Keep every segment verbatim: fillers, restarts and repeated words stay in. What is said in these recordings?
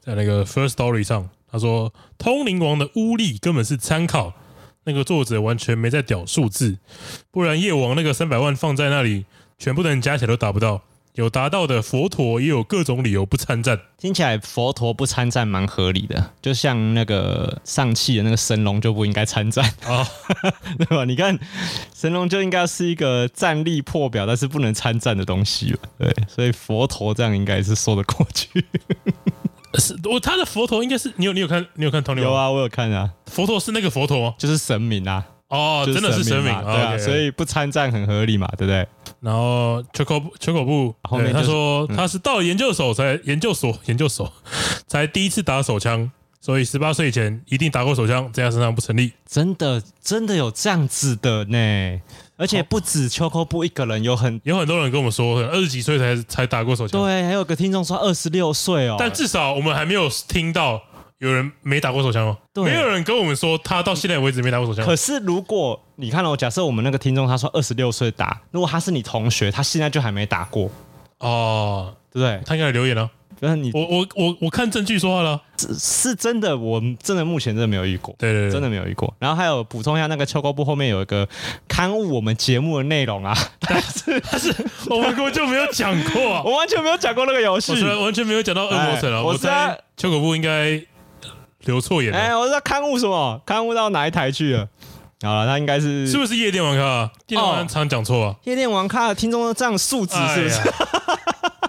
在那个 First Story 上，他说通灵王的巫力根本是参考，那个作者完全没在屌数字，不然夜王那个三百万放在那里，全部的人加起来都达不到。有达到的佛陀也有各种理由不参战， 听起来佛陀不参战蛮合理的，就像那个上汽的那个神龙就不应该参战啊，哦、对吧？你看神龙就应该是一个战力破表，但是不能参战的东西了，对，所以佛陀这样应该是说得过去。 是我他的佛陀应该是你有你有看你有看通灵王？ 有啊，我有看啊。 佛陀是那个佛陀吗？ 就是神明啊。 哦，真的是神明， 对啊， okay, 所以不参战很合理嘛，对不对？ 然后秋口秋口部后面他说他是到了研究所才研究所研究所才第一次打手枪，所以十八岁以前一定打过手枪，在他身上不成立。 真的真的有这样子的呢，而且不止秋口部一个人，有很有很多人跟我们说，二十几岁才才打过手枪。 对，还有个听众说二十六岁哦， 但至少我们还没有听到。有人没打过手枪哦，没有人跟我们说他到现在为止没打过手枪。 可是如果你看哦，假设我们那个听众他说二十六岁打，如果他是你同学，他现在就还没打过哦，对不对？ 他应该留言了。 你我我我我看证据说话了， 是是真的，我真的目前真的没有遇过， 对对对， 真的没有遇过。然后还有补充一下，那个秋高部后面有一个刊物我们节目的内容啊，但是但是我们根本就没有讲过、啊， 我完全没有讲过那个游戏， 我完全没有讲到恶魔城啊。我猜秋口部应该留错眼了。 哎、欸，我知道刊物什么，刊物到哪一台去了？好了，他应该是是不是夜店王咖、啊？夜店王常讲错啊。 夜店王咖的听众都这样素质是不是？哎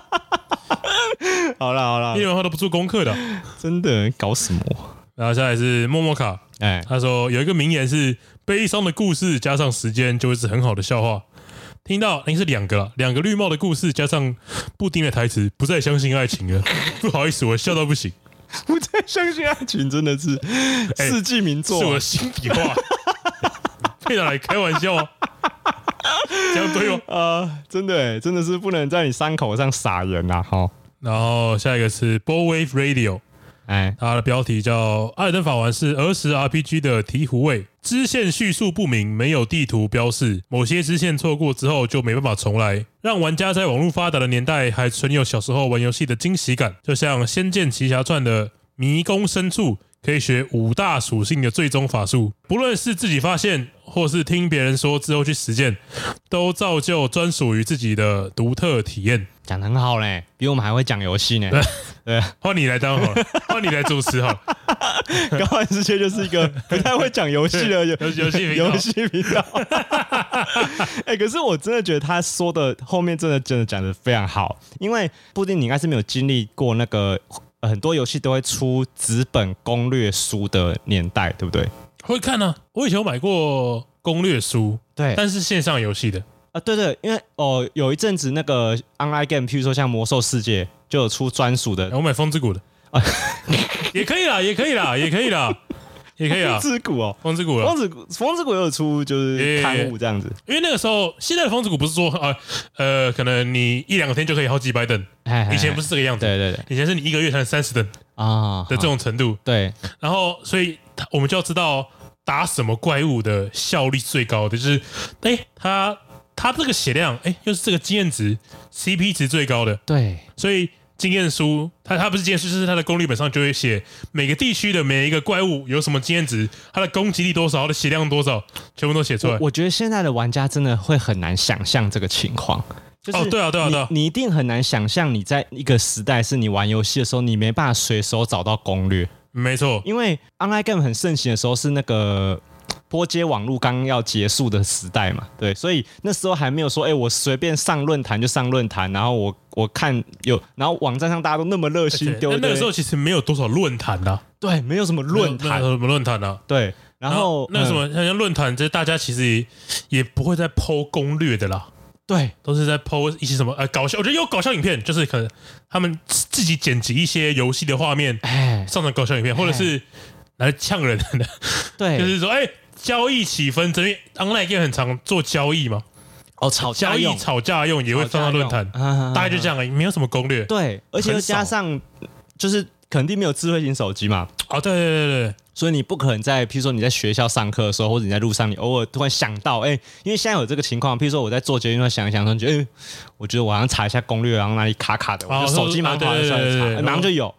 好了好了， 夜店王咖都不做功课的， 真的搞什么？ 然后下来是默默卡，哎，他说有一个名言是悲伤的故事加上时间就会是很好的笑话。听到应该是两个了，两个绿帽的故事加上布丁的台词，不再相信爱情了。不好意思，我笑到不行。 不再相信爱情真的是世纪名作、啊欸，是我的心底话，配拿来开玩笑啊，这样对吗？ 啊、呃，真的哎，真的是不能在你伤口上撒盐呐、啊，哈。 然后下一个是 Bowwave Radio， 哎，它的标题叫《艾尔登法环》是儿时 R P G 的醍醐味，支线叙述不明，没有地图标示，某些支线错过之后就没办法重来，让玩家在网络发达的年代还存有小时候玩游戏的惊喜感，就像《仙剑奇侠传》的迷宫深处可以学五大属性的最终法术，不论是自己发现或是听别人说之后去实践，都造就专属于自己的独特体验。 讲得很好嘞，比我们还会讲游戏呢。对， 换你来当好了，换你来主持好了。 高玩世界就是一个不太会讲游戏的游游戏游戏频道。哎、欸，可是我真的觉得他说的后面真的真的讲得非常好，因为布丁你应该是没有经历过那个、呃、很多游戏都会出纸本攻略书的年代，对不对？ 会看啊，我以前有买过攻略书， 对， 但是线上游戏的。 啊，对对，因为哦，有一阵子那个 online game， 譬如说像魔兽世界，就有出专属的。 我买风之谷的啊，也可以啦，也可以啦，也可以啦，也可以啦。 风之谷哦， 风之谷， 风之谷，风之谷有出就是刊物这样子。 因为那个时候，现在的风之谷不是说啊，呃，可能你一两天就可以好几百等，以前不是这个样子。 对对对， 以前是你一个月才能三十等啊的这种程度。 对， 然后所以我们就要知道打什么怪物的效率最高的，就是哎，他。它这个血量，哎、欸，又是这个经验值 C P 值最高的， 对， 所以经验书，它它不是经验书，就是它的攻略本上就会写每个地区的每一个怪物有什么经验值，它的攻击力多少，它的血量多少，全部都写出来。 我, 我觉得现在的玩家真的会很难想象这个情况。就是、 哦，对啊，对啊，对啊， 你一定很难想象你在一个时代是你玩游戏的时候，你没办法随手找到攻略。 没错， 因为 online game 很盛行的时候是那个。波接网络刚要结束的时代嘛，对，所以那时候还没有说，哎、欸，我随便上论坛就上论坛，然后我我看有，然后网站上大家都那么热心丢， 那个时候其实没有多少论坛的， 对，没有什么论坛， 什么论坛啊， 对，然后那什么像论坛，这大家其实 也, 也不会在 po 攻略的啦， 对， 都是在 po 一些什么呃搞笑，我觉得有搞笑影片，就是可能他们自己剪辑一些游戏的画面，哎，上传搞笑影片，或者是来呛人的， 对， 就是说，哎、欸。交易起纷争，因为 online game 很常做交易嘛， 哦，吵架交易吵架用也会放到论坛，大概就这样而已，没有什么攻略。 对，而且又加上就是肯定没有智慧型手机嘛， 哦，对对对对， 所以你不可能在，譬如说你在学校上课的时候，或者你在路上，你偶尔突然想到，哎、欸，因为现在有这个情况，譬如说我在做捷运，想一想，觉得，哎、欸，我觉得我好像查一下攻略，然后哪里卡卡的，我就手机马上滑出来查，马上就有。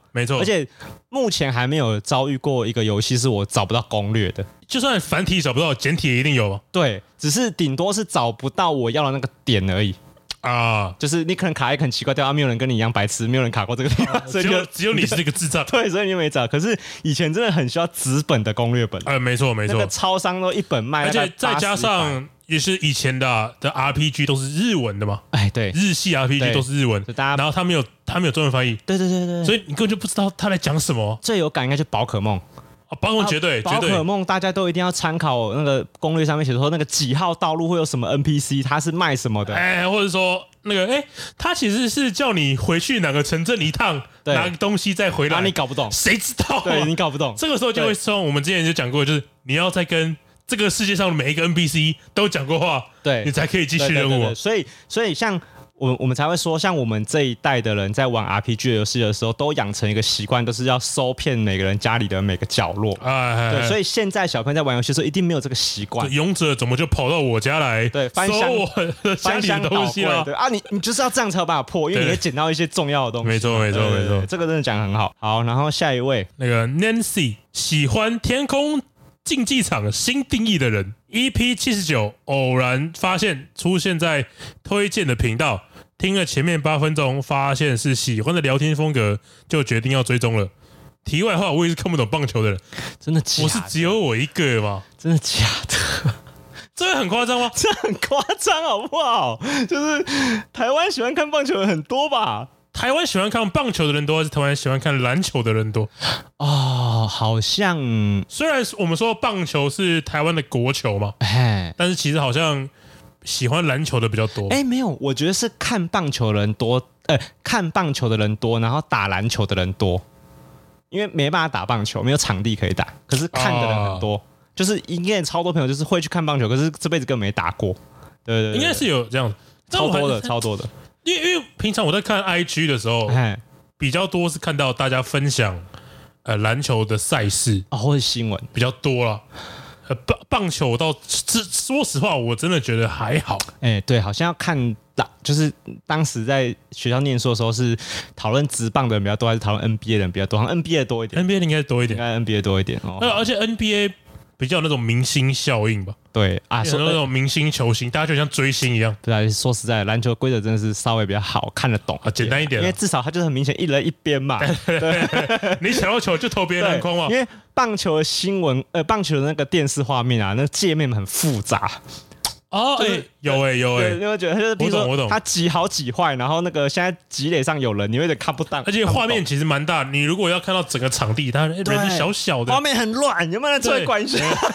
没错。 而且目前还没有遭遇过一个游戏是我找不到攻略的。 就算繁体找不到，简体也一定有。 对，只是顶多是找不到我要的那个点而已。啊，就是你可能卡一个很奇怪地方，没有人跟你一样白痴，没有人卡过这个地方，所以就只有你是这个智障。 对，所以你没找。可是以前真的很需要纸本的攻略本。 呃，没错没错， 那个超商都一本卖， 而且再加上也是以前的、啊、的 R P G 都是日文的嘛。 哎，对， 日系 R P G 都是日文，然后他没有他没有中文翻译。 对对对对， 所以你根本就不知道他在讲什么。 最有感应该就宝可梦。 哦，宝可梦绝对， 宝可梦大家都一定要参考那个攻略上面写说那个几号道路会有什么 N P C， 它是卖什么的， 哎，或者说那个哎，他其实是叫你回去哪个城镇一趟，拿个东西再回来， 啊，你搞不懂， 谁知道、啊？ 对你搞不懂， 这个时候就会说，我们之前就讲过，就是你要再跟这个世界上的每一个 N P C 都讲过话， 对你才可以继续任务、啊。 对对对对，所以，所以像。我我们才会说，像我们这一代的人在玩 R P G 游戏的时候，都养成一个习惯，都是要搜遍每个人家里的每个角落。哎，对，所以现在小朋友在玩游戏的时候，一定没有这个习惯。 勇者怎么就跑到我家来？ 对，翻箱我的家里的东西啊？ 对啊，你你就是要这样才有办法破，因为你会捡到一些重要的东西。 没错，没错，没错， 这个真的讲得很好。好，然后下一位， 那个 Nancy 喜欢天空竞技场新定义的人 ，E P 七十九偶然发现出现在推荐的频道。听了前面八分钟，发现是喜欢的聊天风格，就决定要追踪了。题外话，我也是看不懂棒球的人， 真的假的？ 我是只有我一个吗？ 真的假的？ 这很夸张吗？ 这很夸张，好不好？就是台湾喜欢看棒球的人很多吧？ 台湾喜欢看棒球的人多，还是台湾喜欢看篮球的人多？ 哦，好像虽然我们说棒球是台湾的国球嘛，但是其实好像。喜欢篮球的比较多， 哎、欸，没有，我觉得是看棒球的人多，呃，看棒球的人多，然后打篮球的人多，因为没办法打棒球，没有场地可以打，可是看的人很多，哦、就是应该超多朋友就是会去看棒球，可是这辈子根本没打过，对 对, 對， 应该是有这样， 超多的，超多的， 因为因为平常我在看 I G 的时候，比较多是看到大家分享呃篮球的赛事啊、哦，或者新闻比较多啦。呃，棒棒球到这，说实话，我真的觉得还好。 哎、欸，对，好像要看，就是当时在学校念书的时候，是讨论职棒的人比较多，还是讨论 N B A 的人比较多？好像 N B A 多一点 ，N B A 应该多一点， 应该 N B A 多一点哦。 而且 N B A 比较有那种明星效应吧。 对啊， 有那种明星球星，大家就像追星一样。 对啊，说实在，篮球规则真的是稍微比较好看得懂啊，简单一点， 因为至少它就是很明显一人一边嘛。 对，你抢到球就投别人篮筐嘛。 因为棒球的新闻，呃，棒球的那个电视画面啊，那界面很复杂。 哦，哎、欸，有哎、欸、有哎、欸， 你会觉得就是，比如说他挤好挤坏，然后那个现在挤垒上有人，你会有点看不到， 而且画面其实蛮大。你如果要看到整个场地，他人是小小的， 画面很乱，有没有人出来管一下？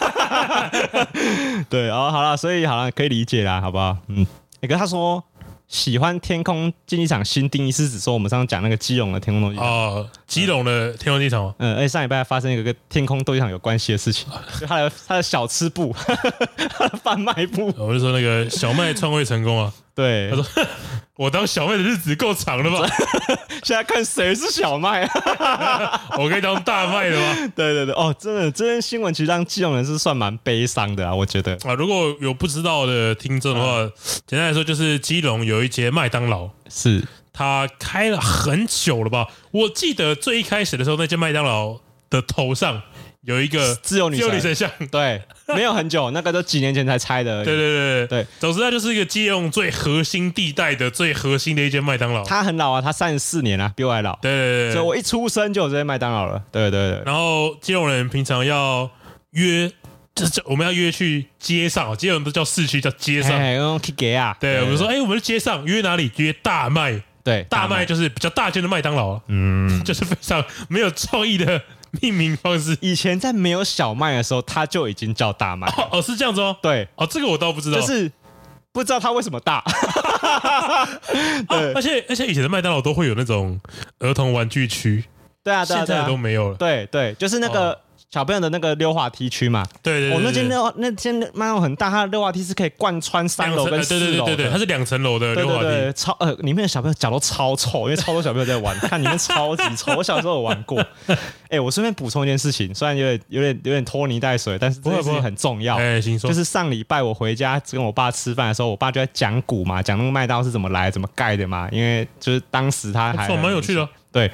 对，然后好了，所以好了，可以理解啦，好不好？嗯，欸、可是他说喜欢天空竞技场新定义是指说我们上次讲那个基隆的天空斗技场哦，基隆的天空斗技场吗？ 嗯，而且上礼拜发生一个跟天空斗技场有关系的事情，就他的他的小吃部，他的贩卖部， 我就说那个小麦创会成功啊。 对， 他说我当小麦的日子够长了吧？ 现在看谁是小麦， 我可以当大麦的吗？ 对对对，哦，真的，这件新闻其实让基隆人是算蛮悲伤的啊，我觉得啊，如果有不知道的听众的话，嗯、简单来说就是基隆有一间麦当劳， 是他开了很久了吧？我记得最一开始的时候，那间麦当劳的头上有一个自由女神像， 对，没有很久，那个都几年前才拆的而已。 对对对对， 总之它就是一个基隆最核心地带的最核心的一间麦当劳。 它很老啊，它三十四年啊，比我还老。 对对对， 所以我一出生就有这间麦当劳了。对对对。 然后基隆人平常要约，就是我们要约去街上，基隆人都叫市区，叫街上。 哎，用 K G 啊。 对，我们说，哎，我们去街上约哪里？约大麦。 对， 大麦就是比较大间的麦当劳，嗯，就是非常没有创意的命名方式。 以前在没有小麦的时候，它就已经叫大麦。 哦，哦是这样子哦。 对， 哦，这个我倒不知道， 就是不知道它为什么大。 对、哦，而且而且以前的麦当劳都会有那种儿童玩具区， 对啊，对啊， 现在都没有了。 对对，就是那个。哦小朋友的那个溜滑梯区嘛， 对对对， 我、哦、那间溜那间麦当劳很大，它的溜滑梯是可以贯穿三楼跟四楼， 对对对对对，它是两层楼的溜滑梯， 对对对超呃里面的小朋友脚都超臭，因为超多小朋友在玩，看里面超级臭。我小时候有玩过，哎、欸，我顺便补充一件事情，虽然有点有点有点拖泥带水，但是这件事情很重要。 哎，请说， 就是上礼拜我回家跟我爸吃饭的时候，我爸就在讲古嘛，讲那个麦当劳是怎么来、怎么盖的嘛，因为就是当时他还蛮有趣的。 对，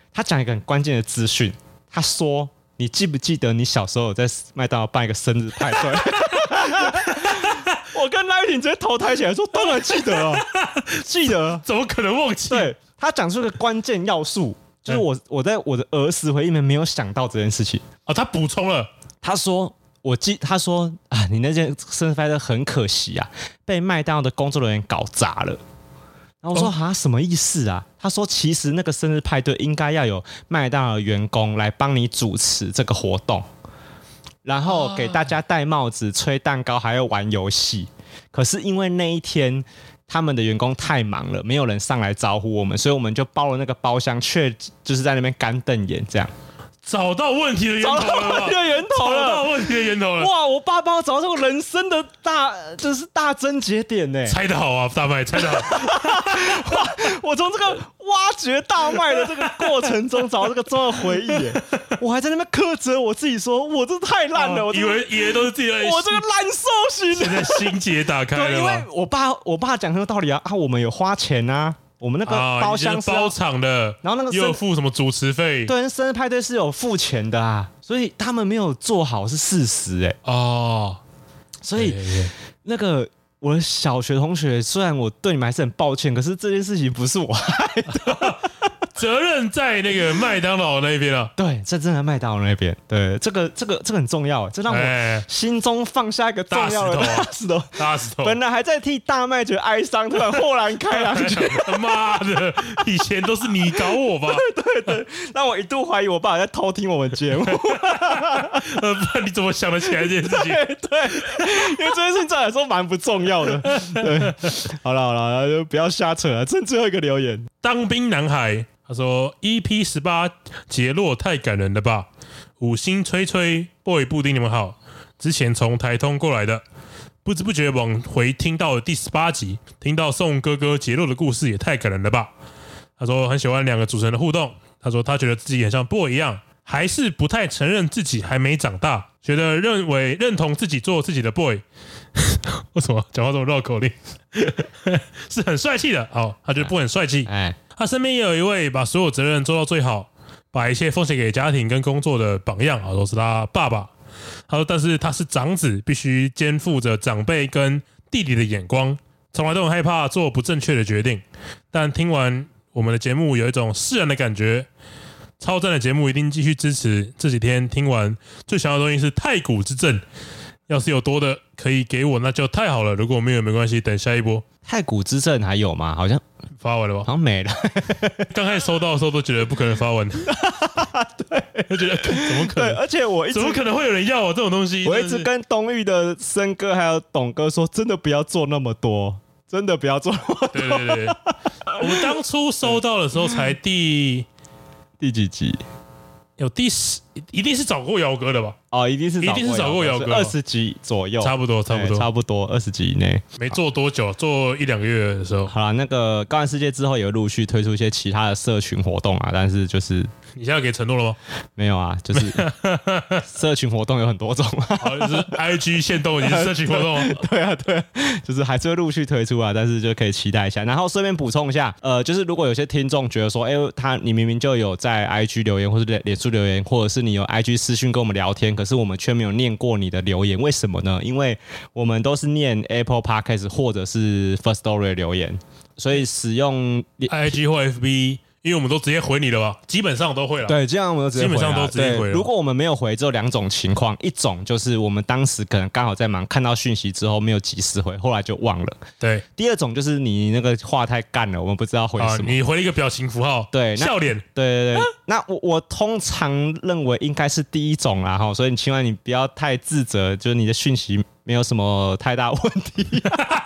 他讲一个很关键的资讯，他说：“你记不记得你小时候有在麦当劳办一个生日派对？”我跟赖玉婷直接头抬起来说：“当然记得啊，记得， 怎么可能忘记？” 对，他讲出一个关键要素，就是我我在我的儿时回忆里面没有想到这件事情。 哦，他补充了， 他说。我记，他说啊，你那件生日派对很可惜啊，被麦当劳的工作人员搞砸了。然后我说啊、哦，什么意思啊？他说其实那个生日派对应该要有麦当劳的员工来帮你主持这个活动，然后给大家戴帽子、吹蛋糕，还要玩游戏。可是因为那一天他们的员工太忙了，没有人上来招呼我们，所以我们就包了那个包厢，却就是在那边干瞪眼这样。 找到问题的源头了，找到问题的源头了， 找到问题的源头了！ 哇，我爸帮我找到这个人生的大，就是大症结点呢。 猜得好啊，大麦，猜得好！ 哇，我从这个挖掘大麦的这个过程中找到这个重要回忆耶，我还在那边苛责我自己说，我这太烂了，我以为以为都是自己的， 我这个烂寿星。 现在心结打开了， 对，因为我爸我爸讲很有道理啊，啊，我们有花钱啊。我们那个包厢是、 啊、包场的， 然后那个又有付什么主持费？ 对，生日派对是有付钱的啊，所以他们没有做好是事实哎、欸。 哦， 所以那个我的小学同学，虽然我对你们还是很抱歉，可是这件事情不是我害的。 责任在那个麦当劳那边啊， 对，这真的麦当劳那边，对，这个这个这个很重要，这让我心中放下一个重要的大石头， 大石头。 本来还在替大麦觉得哀伤，突然豁然开朗，觉得妈的，以前都是你搞我吧？ 对对对，让我一度怀疑我爸在偷听我们节目。 呃，不然你怎么想得起来这件事情？ 对对，因为这件事情对我来说蛮不重要的。对，好了好了，就不要瞎扯了，剩最后一个留言， 当兵男孩。他说 ：“E P 十八杰洛太感人了吧！五星吹吹 boy 布丁你们好，之前从台通过来的，不知不觉往回听到了第十八集，听到宋哥哥杰洛的故事也太感人了吧！”他说很喜欢两个主持人的互动，他说他觉得自己很像 boy 一样，还是不太承认自己还没长大，觉得认为认同自己做自己的 boy。为什么讲话这么绕口令？是很帅气的，好，他觉得不很帅气。哎。他身边也有一位把所有责任做到最好，把一切奉献给家庭跟工作的榜样啊，都是他爸爸。他说，但是他是长子，必须肩负着长辈跟弟弟的眼光，从来都很害怕做不正确的决定。但听完我们的节目，有一种释然的感觉。超赞的节目，一定继续支持。这几天听完，最想要的东西是太古之阵。要是有多的可以给我，那就太好了。如果没有，没关系，等下一波。 太古之阵还有吗？好像发完了吧？ 好像没了。 刚开始收到的时候都觉得不可能发完，对，就觉得怎么可能？ 对，而且我一直怎么可能会有人要我这种东西？ 我一直跟东玉的森哥还有董哥说，真的不要做那么多，真的不要做那么多。 对对对，我们当初收到的时候才第第几集？ 有第十，一定是找过姚哥的吧？ 哦，一定是一定是找过姚哥， 二十集左右， 差不多，差不多， 差不多二十集以内。 没做多久，做一两个月的时候。 好了，那个高玩世界之后也会陆续推出一些其他的社群活动啊，但是就是你现在给承诺了吗？ 没有啊，就是社群活动有很多种， 好，就是 I G 限动也是社群活动， 对啊，对啊，就是还是会陆续推出啊，但是就可以期待一下。然后顺便补充一下，呃，就是如果有些听众觉得说，哎、欸，他你明明就有在 I G 留言或者脸书留言，或者是你有 I G 私讯跟我们聊天，可是我们却没有念过你的留言，为什么呢？因为我们都是念 Apple Podcast 或者是 First Story 留言，所以使用 I G 或 F B。因为我们都直接回你了吧，基本上都会了。 对，这样我们都直接回， 基本上都直接回了。 如果我们没有回，只有两种情况，一种就是我们当时可能刚好在忙，看到讯息之后没有及时回，后来就忘了。 对。 第二种就是你那个话太干了，我们不知道回什么。 啊、你回了一个表情符号， 对， 笑脸。 对对对。那我我通常认为应该是第一种啦哈，所以你千万你不要太自责，就是你的讯息没有什么太大问题。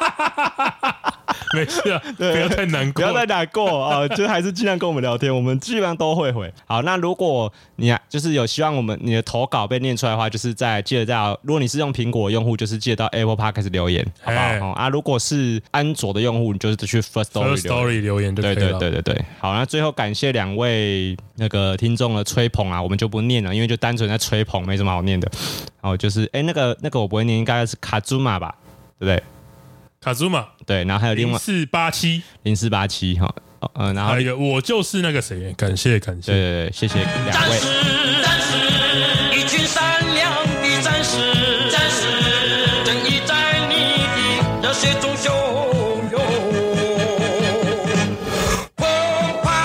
没事啊，不要太难过， 不要太难过啊！就还是尽量跟我们聊天，我们基本上都会回。好，那如果你就是有希望我们你的投稿被念出来的话，就是在记得在，如果你是用苹果用户，就是记得到 Apple Podcast 留言，好不好？欸、啊，如果是安卓的用户，你就是去 First Story 留言, 留言就可以了。 对对对对对。好，那最后感谢两位那个听众的吹捧啊，我们就不念了，因为就单纯在吹捧，没什么好念的。好，就是哎、欸，那个那个我不会念，应该是卡祖玛吧，对不对？ 卡祖玛， 对，然后还有另外零四八七零四八七哈， 嗯、呃，然后还有一个我就是那个谁，感谢感谢， 对对对，谢谢两位。 战士，战士，一群善良的战士，战士，正义在你的热血中汹涌澎湃。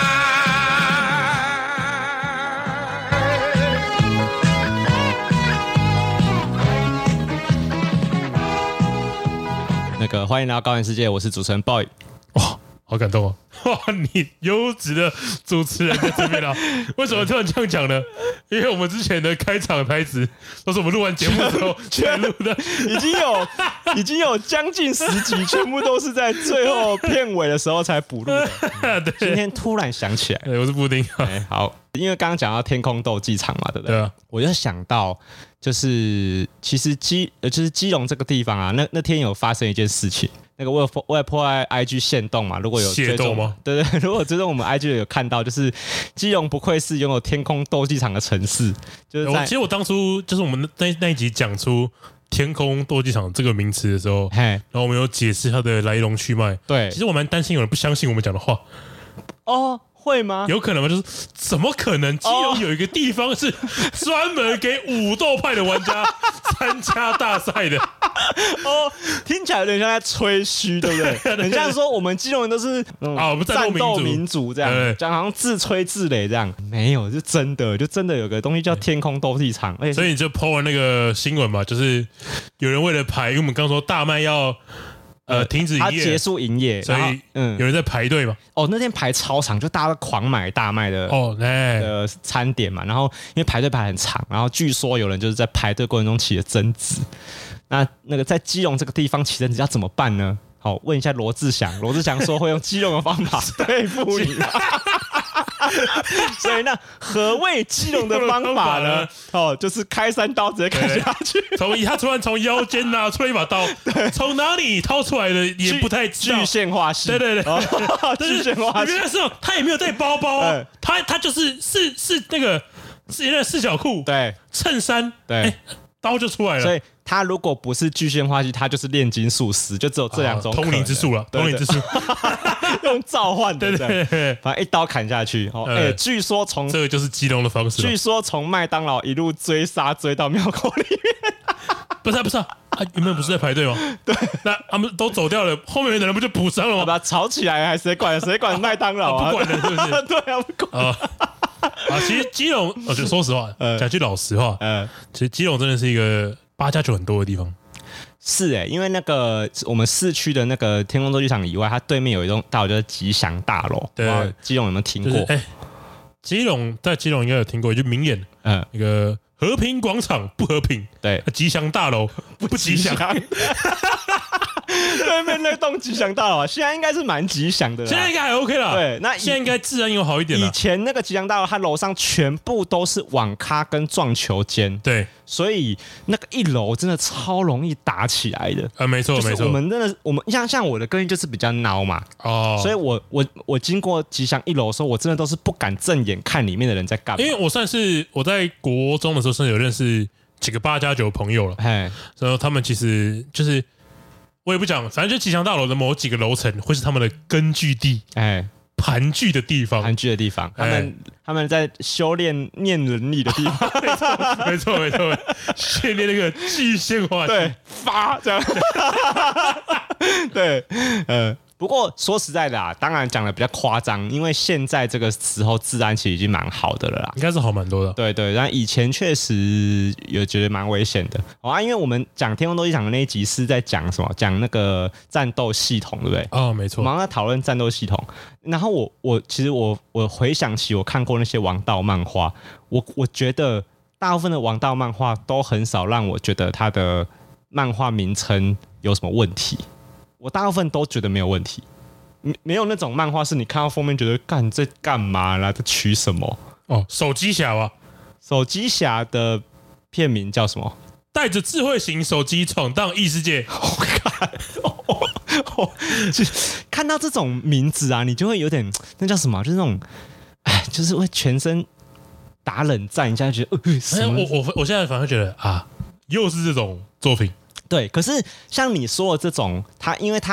那个欢迎来到高玩世界，我是主持人 boy。 哇，好感动哦！哇，你优质的主持人在这边啊？为什么突然这样讲呢？因为我们之前的开场台词都是我们录完节目之后全录的， 已经有已经有将近十集，全部都是在最后片尾的时候才补录的。嗯、 对， 今天突然想起来， 对，我是布丁。 欸、好，因为刚刚讲到天空斗技场嘛，对不对？ 对啊， 我就想到，就是其实基呃，就是基隆这个地方啊，那那天有发生一件事情。那个我有我有破在 I G 限动嘛，如果有追踪吗？ 对对，如果追踪我们 I G 有看到，就是基隆不愧是拥有天空斗技场的城市，就是在其实我当初就是我们那那一集讲出天空斗技场这个名词的时候，然后我们有解释它的来龙去脉。 对， 其实我蛮担心有人不相信我们讲的话。 哦。会吗？ 有可能吗？就是怎么可能？基隆有一个地方是专门给武斗派的玩家参加大赛的。 哦，听起来有点像在吹嘘，对不对？很像说我们基隆人都是嗯啊，我们战斗民族这样，讲好像自吹自擂这样。没有，就真的，就真的有个东西叫天空斗技场。 所以你就 po 了那个新闻嘛，就是有人为了排，因为我们刚说大麦要。呃，停止营业， 他结束营业， 所以嗯，有人在排队嘛？ 哦，那天排超长，就大家都狂买大麦的哦，哎， 的餐点嘛。然后因为排队排很长，然后据说有人就是在排队过程中起了争执。那那个在基隆这个地方起争执要怎么办呢？好，问一下罗志祥，罗志祥说会用基隆的方法对付你。所以那何谓基隆的方法呢？哦，就是开山刀直接砍下去。 从他突然从腰间拿出了一把刀，从哪里掏出来的也不太知道。 具象化式， 对对对， 哦、具象化式。 原来是他也没有带包包、哦，他他就是是是那个是那个四角裤， 对， 衬衫， 对。 欸刀就出来了， 所以他如果不是具象化系，他就是炼金术师，就只有这两种、啊、 通灵之术了，通灵之术， 用召唤的， 对对对， 反正一刀砍下去。哦，哎、欸，据说从这个就是基隆的方式， 据说从麦当劳一路追杀追到庙口里面， 不是、啊、不是啊，啊原本不是在排队吗？ 对， 那他们都走掉了，后面的人不就补上了吗？ 把它吵起来，还谁管谁管麦当劳啊？不管了，是不是？ 对啊，不管啊。 啊，其实基隆，我觉得说实话，讲、呃、句老实话，呃，其实基隆真的是一个八加九很多的地方。 是哎、欸，因为那个我们市区的那个天空斗技场以外，它对面有一栋大楼叫吉祥大楼。对，基隆有没有听过？哎、就是欸， 基隆在基隆应该有听过一句名言，嗯，那个和平广场不和平， 对， 吉祥大楼不吉祥。 对面那栋吉祥大楼、啊，现在应该是蛮吉祥的啦， 现在应该还 OK 啦。 对，那现在应该治安有好一点了。 以前那个吉祥大楼，它楼上全部都是网咖跟撞球间， 对， 所以那个一楼真的超容易打起来的。 啊，没错没错， 我们真的，我们像像我的个性就是比较孬嘛，哦，所以我我我经过吉祥一楼的时候，我真的都是不敢正眼看里面的人在干嘛， 因为我算是我在国中的时候，甚至有认识几个八加九朋友了，哎，然后他们其实就是。我也不讲，反正就吉祥大楼的某几个楼层会是他们的根据地，哎，盘踞的地方， 盘踞的地方，他们、哎、他们在修炼念能力的地方， 没错没错没错，训练那个具象化， 对，发这样，对，呃。不过说实在的啊，当然讲的比较夸张，因为现在这个时候治安其实已经蛮好的了啦， 应该是好蛮多的。 对对，但以前确实有觉得蛮危险的。好啊，因为我们讲天空斗技场的那一集是在讲什么？讲那个战斗系统，对不对？ 哦，没错。 我们在讨论战斗系统，然后我我其实我我回想起我看过那些王道漫画，我我觉得大部分的王道漫画都很少让我觉得它的漫画名称有什么问题。我大部分都觉得没有问题，没有那种漫画是你看到封面觉得干这干嘛啦，这取什么？ 哦，手机侠吧， 手机侠的片名叫什么？ 带着智慧型手机闯荡异世界。 我看，哦哦，看到这种名字啊，你就会有点那叫什么？就是那种，哎，就是会全身打冷战一下，觉得呃，什么？ 我我我现在反而觉得啊，又是这种作品。 对，可是像你说的这种，它因为它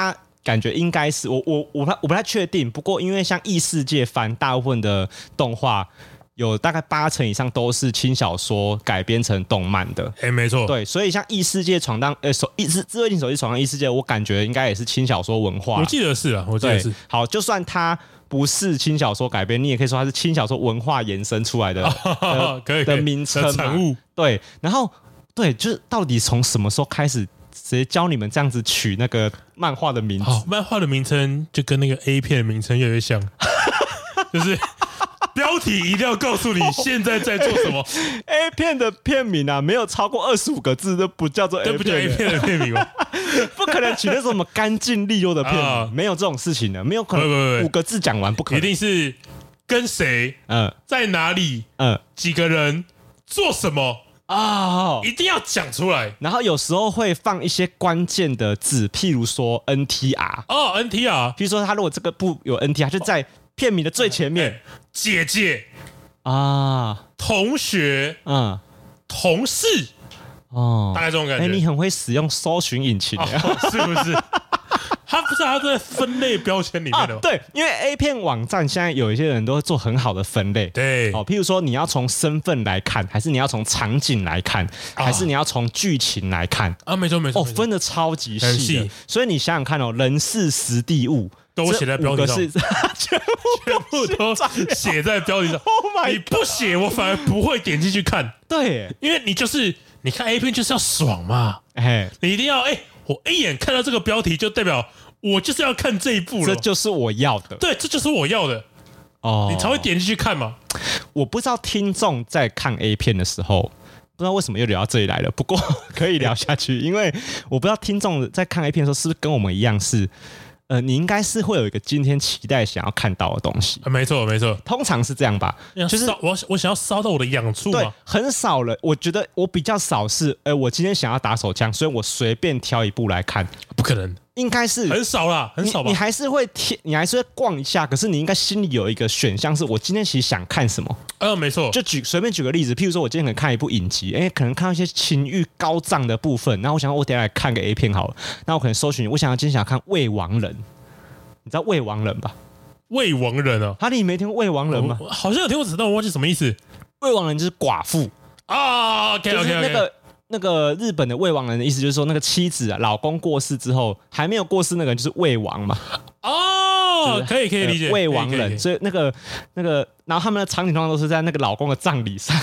感觉应该是我我我我不太确定，不过因为像异世界番大部分的动画。有大概八成以上都是轻小说改编成动漫的， 哎、欸，没错， 对，所以像异世界闯荡，呃，手异智智慧型手机闯荡异世界，我感觉应该也是轻小说文化。 我记得是啊，我记得是。 好，就算它不是轻小说改编，你也可以说它是轻小说文化延伸出来的， 哦、可以的名称嘛， 产物。 对，然后对，就是到底从什么时候开始？谁教你们这样子取那个漫画的名字？ 哦，漫画的名称就跟那个 A 片的名称越来越像，就是标题一定要告诉你现在在做什么。 A 片的片名啊，没有超过二十五个字都不叫做 A 片， 不叫 A 片的片名吗？ 不可能取那什么干净利落的片名，啊、没有这种事情的，没有可能五个字讲完，不可能， 一定是跟谁，嗯，在哪里，嗯，几个人做什么。哦，一定要讲出来， 然后有时候会放一些关键的字，譬如说 N T R 哦 ，N T R， 譬如说他如果这个部有 N T R， 就在片名的最前面，欸、 姐姐啊， 同学，嗯，同事，哦，大概这种感觉。 哎、欸，你很会使用搜寻引擎、 哦，是不是？他不是他在分类标签里面的、 啊、对，因为 A 片网站现在有一些人都会做很好的分类， 对， 哦，譬如说你要从身份来看，还是你要从场景来看，啊、还是你要从剧情来看啊？没错没错， 哦，分的超级细的，所以你想想看哦，人事时地物都写在标题上， 是全部全部都写在标题上。 Oh my， 你不写我反而不会点进去看， 对， 因为你就是你看 A 片就是要爽嘛，哎，你一定要哎，我一眼看到这个标题就代表。我就是要看这一部了， 这就是我要的。 对，这就是我要的哦，你才会点进去看嘛。 我不知道听众在看 A 片的时候，不知道为什么又聊到这里来了。不过可以聊下去，因为我不知道听众在看 A 片的时候是不是跟我们一样是，呃，你应该是会有一个今天期待想要看到的东西。 啊、没错，没错， 通常是这样吧， 就是我我想要烧到我的痒处嘛。 对，很少人，我觉得我比较少是，呃，我今天想要打手枪，所以我随便挑一部来看， 不可能。 应该是很少啦，很少吧。 你, 你还是会贴，你还是会逛一下，可是你应该心里有一个选项，是我今天其实想看什么。 呃，没错。 就举随便举个例子，譬如说我今天可能看一部影集，哎、欸，可能看到一些情欲高涨的部分，然后我想我等一下来看个 A 片好了，那我可能搜寻，我想要今天想要看《未亡人》，你知道《未亡人》吧？ 未亡人啊， 哈利，你没听过《未亡人》吗？ 好像有听过，但我忘记什么意思。 未亡人就是寡妇啊 ，OK OK OK， 那个。那个日本的未亡人的意思就是说，那个妻子啊，老公过世之后还没有过世那个人就是未亡嘛。 哦，可以可以理解， 未亡人。所以那个那个，然后他们的场景通常都是在那个老公的葬礼上，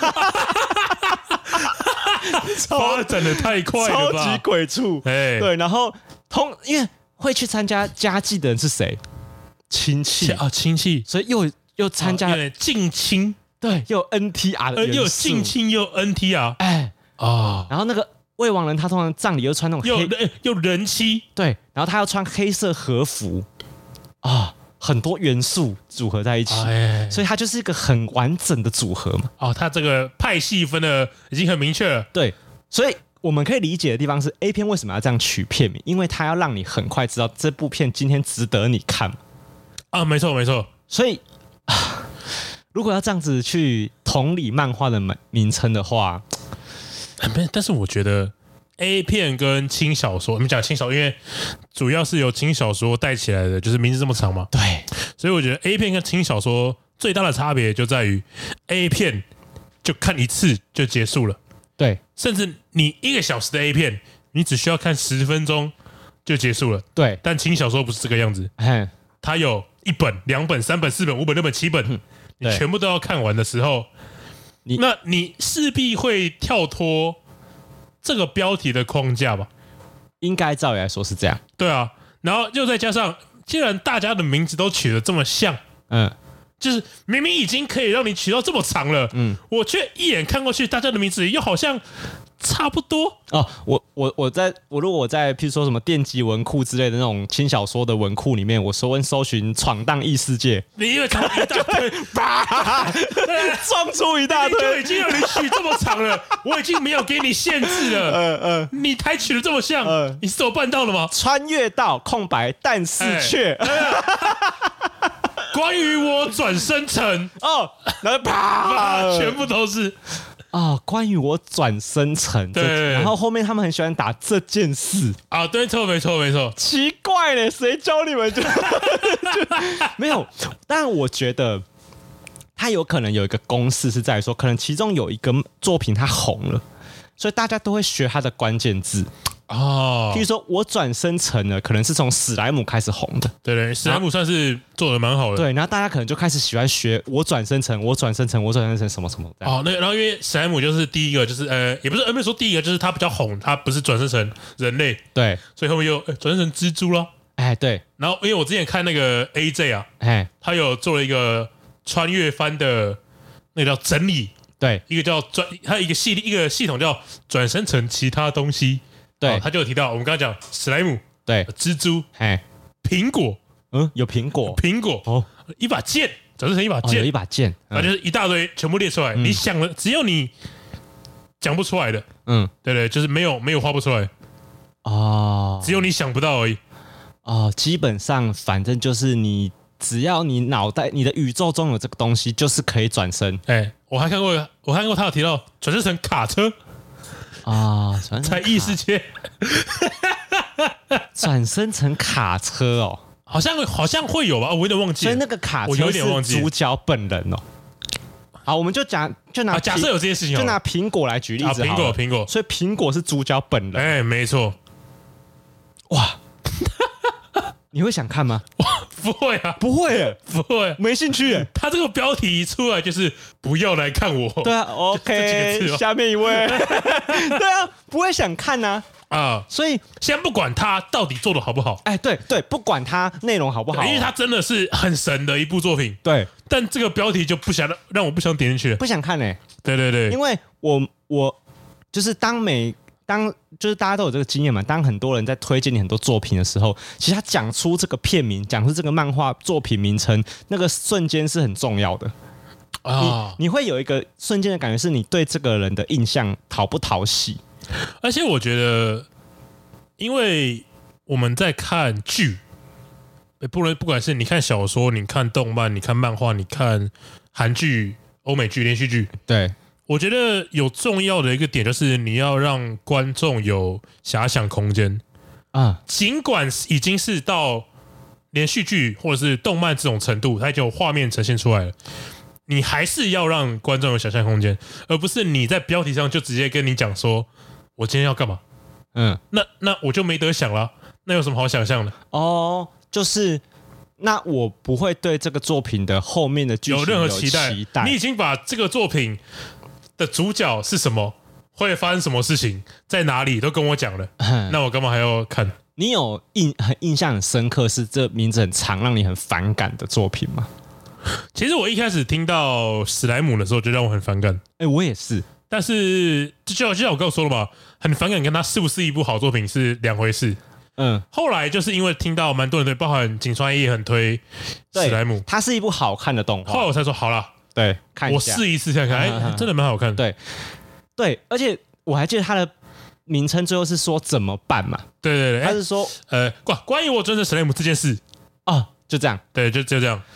发展的太快了吧， 超级鬼畜。对，然后通因为会去参加家祭的人是谁？亲戚啊，亲戚， 所以又又参加近亲， 对，又有 N T R 的元素， 又有近亲又 N T R， 哎。哦，然后那个未亡人他通常葬礼又穿那种黑又又人妻， 对，然后他要穿黑色和服啊、哦，很多元素组合在一起，哎、所以它就是一个很完整的组合嘛。 哦，他这个派系分的已经很明确了， 对，所以我们可以理解的地方是 A 片为什么要这样取片名，因为它要让你很快知道这部片今天值得你看啊，没错没错， 所以啊，如果要这样子去同理漫画的名称的话。 但是我觉得 A 片跟轻小说，我们讲轻小说，因为主要是由轻小说带起来的，就是名字这么长嘛。 对， 所以我觉得 A 片跟轻小说最大的差别就在于 A 片就看一次就结束了， 对， 甚至你一个小时的 A 片，你只需要看十分钟就结束了， 对。 但轻小说不是这个样子，它有一本、两本、三本、四本、五本、六本、七本，你全部都要看完的时候。你那你势必会跳脱这个标题的框架吧？ 应该照理来说是这样。 对啊，然后又再加上，既然大家的名字都取得这么像，嗯，就是明明已经可以让你取到这么长了，嗯，我却一眼看过去，大家的名字又好像差不多哦。我我我在我如果我在譬如说什么电击文库之类的那种轻小说的文库里面，我搜搜寻闯荡异世界， 你因为看一大堆， 撞出一大堆， 就已经让你取这么长了，我已经没有给你限制了，呃呃，你还取得这么像，呃、你是怎么办到的吗？ 穿越到空白，但是却。欸关于我转生成哦，然后啪， 全部都是哦，关于我转生成， 对， 然后后面他们很喜欢打这件事啊，对，错，没错，没错， 奇怪嘞，谁教你们就就没有？但我觉得他有可能有一个公式是在说，可能其中有一个作品它红了，所以大家都会学它的关键字。哦，譬如说我转生成了，可能是从史莱姆开始红的， 对对，史莱姆算是做的蛮好的， 对，然后大家可能就开始喜欢学我转生成，我转生成，我转生成什么什么哦，那然后因为史莱姆就是第一个，就是呃，也不是呃，没说第一个，就是它比较红，它不是转生成人类， 对， 所以后面又转生成蜘蛛了， 哎，对， 然后因为我之前看那个 A J 啊， 哎， 他有做了一个穿越番的那个叫整理， 对， 一个叫转，还有一个系一个系统叫转生成其他东西。对、哦，他就有提到，我们刚刚讲史莱姆， 对， 蜘蛛，哎，苹果， 嗯，有苹果， 苹果，哦，一把剑，转生成一把剑， 哦、有一把剑， 啊、嗯，就是一大堆全部列出来，嗯、你想了，只要你讲不出来的，嗯，对对，就是没有没有画不出来，哦，只有你想不到而已， 哦，基本上反正就是你，只要你脑袋、你的宇宙中有这个东西，就是可以转身。 哎，我还看过，我还看过他有提到转生成卡车。 啊， 在异世界转生成卡车哦， 好像好像会有吧，我有点忘记了。 所以那个卡车是主角本人哦。好，我们就讲，就拿、 啊、假设有这件事情， 就拿苹果来举例子好了。 苹果，苹果， 所以苹果是主角本人。 哎，没错。 哇，你会想看吗？ 不会啊， 不会耶， 不会， 没兴趣耶。 他这个标题一出来就是不要来看我。 对啊 ，OK， 下面一位，对啊，不会想看呐、啊。啊，所以先不管他到底做的好不好， 哎，对对，不管他内容好不好、啊， 因为他真的是很神的一部作品。 对， 但这个标题就不想让让我不想点进去了， 不想看呢、欸。 对对对， 因为我我就是当每。当就是大家都有这个经验嘛，当很多人在推荐你很多作品的时候，其实他讲出这个片名，讲出这个漫画作品名称，那个瞬间是很重要的啊、哦。你你会有一个瞬间的感觉，是你对这个人的印象讨不讨喜？ 而且我觉得，因为我们在看剧，不论不管是你看小说、你看动漫、你看漫画、你看韩剧、欧美剧、连续剧， 对。 我觉得有重要的一个点就是你要让观众有遐想空间啊，尽管已经是到连续剧或者是动漫这种程度，它已经有画面呈现出来了，你还是要让观众有想象空间，而不是你在标题上就直接跟你讲说我今天要干嘛，嗯，那那我就没得想了，那有什么好想象的？ 哦，就是那我不会对这个作品的后面的剧情有任何期待， 期待你已经把这个作品的主角是什么，会发生什么事情，在哪里都跟我讲了，那我干嘛还要看？ 你有印很印象很深刻，是这名字很长，让你很反感的作品吗？ 其实我一开始听到史莱姆的时候，就让我很反感。 哎、欸，我也是。 但是就就像我刚刚说了嘛，很反感跟他是不是一部好作品是两回事。嗯，后来就是因为听到蛮多人对，包含井川也很推史莱姆， 它是一部好看的动画。 后来我才说好啦。 对，看我试一次看看，哎、欸，真的蛮好看的。 对，对，而且我还记得它的名称最后是说怎么办嘛？ 对对对， 他是说呃，关关于我转生史莱姆这件事哦，就这样， 对，就就这样。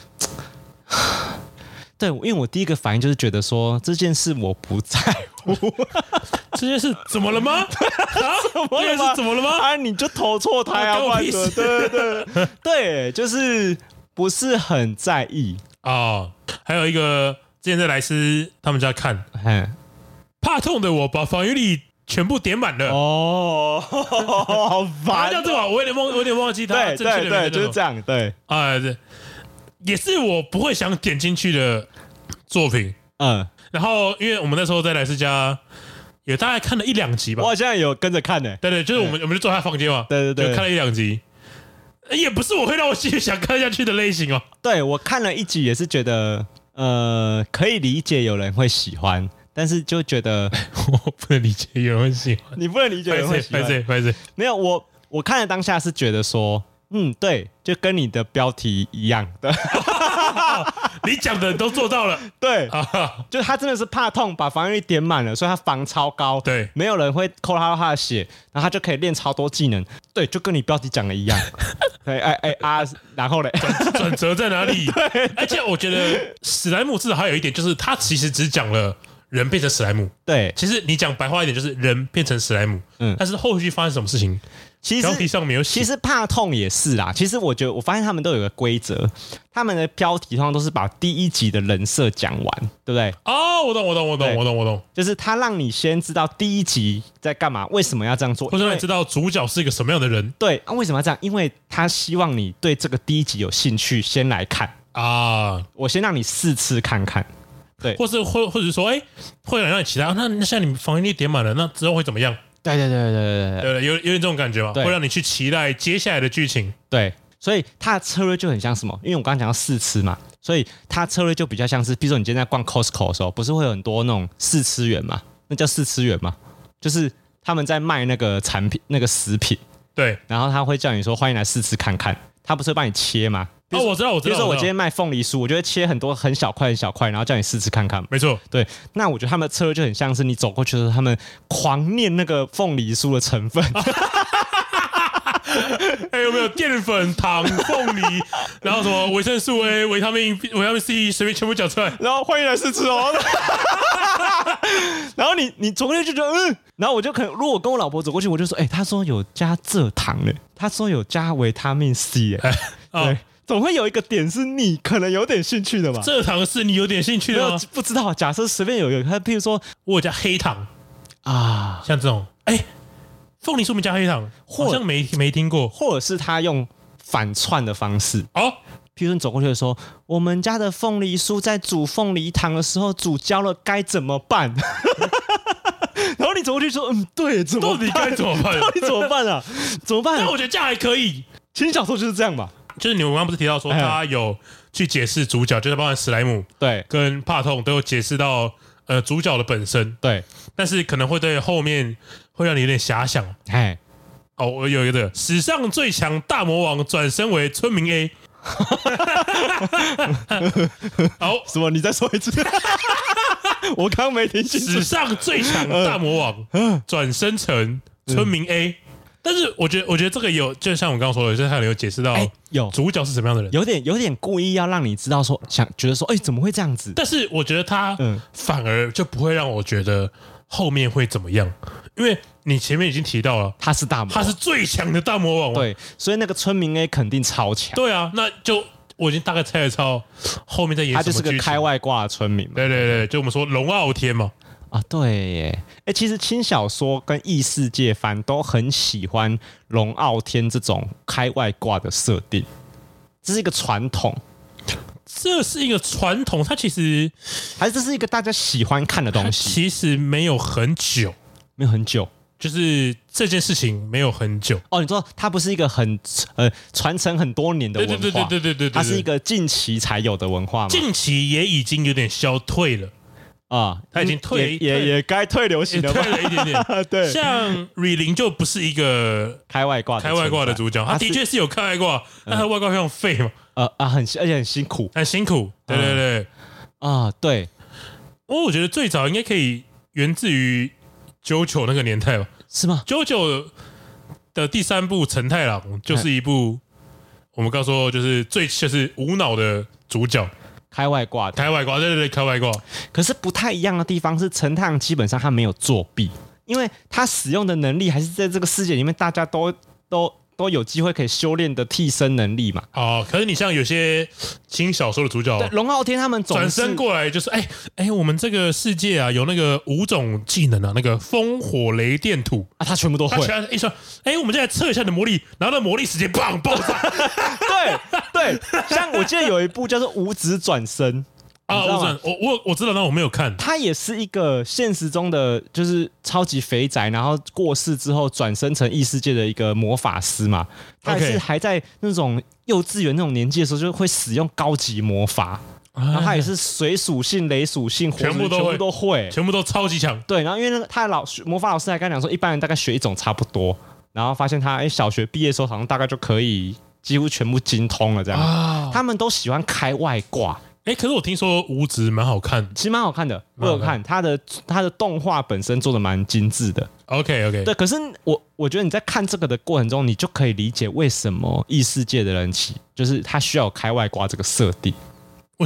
对，因为我第一个反应就是觉得说这件事我不在乎， 这件事怎么了吗？啊， 怎么了吗？ 怎么了吗？ 啊，你就投错胎啊！ 关我屁事！ 对对对对，就是不是很在意啊。哦还有一个之前在莱斯他们家看，怕痛的我把防御力全部点满了。 哦，好烦、哦！ 叫这个，我有点忘，我有点忘记他对对对，就是这样。对啊，对，也是我不会想点进去的作品。嗯，然后因为我们那时候在莱斯家也大概看了一两集吧， 我好像有跟着看呢、欸。 对对，就是我们我们就坐他房间嘛， 对对对， 就看了一两集。也不是我会让我继续想看下去的类型哦。 对，我看了一集也是觉得，呃，可以理解有人会喜欢，但是就觉得我不能理解有人会喜欢。 你不能理解有人会喜欢？ 拍谁拍谁？ 没有，我我看了当下是觉得说，嗯，对，就跟你的标题一样的。 你讲的都做到了， 对，就他真的是怕痛，把防御力点满了，所以他防超高， 对， 没有人会扣他他的血，然后他就可以练超多技能，对，就跟你标题讲的一样，对，哎哎啊，然后嘞， 转转折在哪里？而且我觉得史莱姆至少还有一点，就是他其实只讲了人变成史莱姆。 对， 其实你讲白话一点，就是人变成史莱姆。嗯，但是后续发生什么事情？ 其实标题上没有写。 其实怕痛也是啦。其实我觉得，我发现他们都有个规则，他们的标题通常都是把第一集的人设讲完，对不对？ 哦，我懂，我懂，我懂，我懂，我懂。 就是他让你先知道第一集在干嘛，为什么要这样做， 或者让你知道主角是一个什么样的人。 对啊，为什么要这样？因为他希望你对这个第一集有兴趣，先来看啊。我先让你试吃看看。对， 或是或或者说，哎、欸，会让你期待。那那现在你房间里点满了，那之后会怎么样？ 对对对对对对对，有有点这种感觉嘛，会让你去期待接下来的剧情。 对，所以它的策略就很像什么？因为我刚刚讲到试吃嘛，所以它策略就比较像是，比如说你今天在逛 Costco 的时候，不是会有很多那种试吃员嘛？那叫试吃员嘛？就是他们在卖那个产品、那个食品， 对， 然后他会叫你说欢迎来试吃看看，他不是会帮你切吗？ 哦，我知道，我知道。 比如说我今天卖凤梨酥，我就会切很多很小块、很小块，然后叫你试吃看看。 没错， 对。那我觉得他们的策略就很像是你走过去的时候，他们狂念那个凤梨酥的成分。 哎、欸，有没有淀粉、糖、凤梨，然后什么维生素 A、维他命、维他命 C， 随便全部讲出来。 然后欢迎来试吃哦。然后你你走过去就觉得嗯，然后我就可能如果我跟我老婆走过去，我就说，哎、欸，他说有加蔗糖嘞，他说有加维他命 C 哎、欸，对。总会有一个点是你可能有点兴趣的嘛？ 蔗糖是你有点兴趣的吗？ 不知道。假设随便有一个，他譬如说我有加黑糖啊， 像这种，哎、欸，凤梨酥没加黑糖，好像没没听过。 或者是他用反串的方式哦， 譬如说你走过去的时候，我们家的凤梨酥在煮凤梨糖的时候煮焦了，该怎么办？然后你走过去说，嗯，对，怎么到底该怎么办？ 到底怎么办啊？怎么办？ 但我觉得这样还可以。 轻小说就是这样嘛。 就是你们刚刚不是提到说他有去解释主角，就是包含史莱姆对跟帕痛都有解释到呃主角的本身对， 但是可能会对后面会让你有点遐想。 哎， 哦，我有一个史上最强大魔王转身为村民 A。好， 什么？你再说一次？我刚没听清楚。 史上最强大魔王转身成村民 A。但是我觉得，我觉得这个有，就像我刚刚说的，就是他有解释到，有主角是什么样的人， 有点有点故意要让你知道说，想觉得说，哎、欸，怎么会这样子？ 但是我觉得他反而就不会让我觉得后面会怎么样，因为你前面已经提到了， 他是大魔王， 他是最强的大魔王， 对，所以那个村民 A 肯定超强。 对啊，那就我已经大概猜得到后面在演什么剧情。 他就是个开外挂的村民嘛。 对对对，就我们说龙傲天嘛。 啊，对耶，哎、欸，其实轻小说跟异世界番都很喜欢龙傲天这种开外挂的设定，这是一个传统。 这是一个传统，它其实还是这是一个大家喜欢看的东西。 其实没有很久， 没有很久， 就是这件事情没有很久。 哦，你说它不是一个很呃传承很多年的文化， 对对对对对对对， 它是一个近期才有的文化吗？ 近期也已经有点消退了。啊，他已经退， 也也也该退流行了吧， 退了一点点。 对， 像瑞林就不是一个开外挂、 开外挂的主角，他的确是有开外挂，但他的外挂非常废嘛。 呃啊，很而且很辛苦， 很辛苦。对对对， 啊对。 我我觉得最早应该可以源自于九九那个年代吧？ 是吗？ 九九的第三部陈太郎就是一部我们刚说就是最就是无脑的主角。 开外挂， 开外挂，对对对，开外挂。 可是不太一样的地方是，陈太郎基本上他没有作弊，因为他使用的能力还是在这个世界里面大家都都都有机会可以修炼的替身能力嘛。 哦，可是你像有些轻小说的主角， 龙傲天他们转身过来就是，哎哎，我们这个世界啊有那个五种技能啊，那个风火雷电土啊，他全部都会。 他一说，哎，我们现在测一下你的魔力，然后那魔力直接砰爆炸。 对对，像我记得有一部叫做《无职转身》 啊，无职，我我我知道，但我没有看。 他也是一个现实中的就是超级肥宅，然后过世之后转生成异世界的一个魔法师嘛。他也是还在那种幼稚园那种年纪的时候，就会使用高级魔法。然后他也是水属性、雷属性、火属性全部都会，全部都会， 全部都超级强。 对，然后因为那个他的老魔法老师还跟他讲说，一般人大概学一种差不多，然后发现他哎小学毕业的时候好像大概就可以几乎全部精通了这样。啊、他们都喜欢开外挂。 哎，可是我听说无职蛮好看， 其实蛮好看的，我有看他的他的动画本身做的蛮精致的。 OK OK， 对，可是我我觉得你在看这个的过程中，你就可以理解为什么异世界的人起就是他需要有开外挂这个设定。 为什么？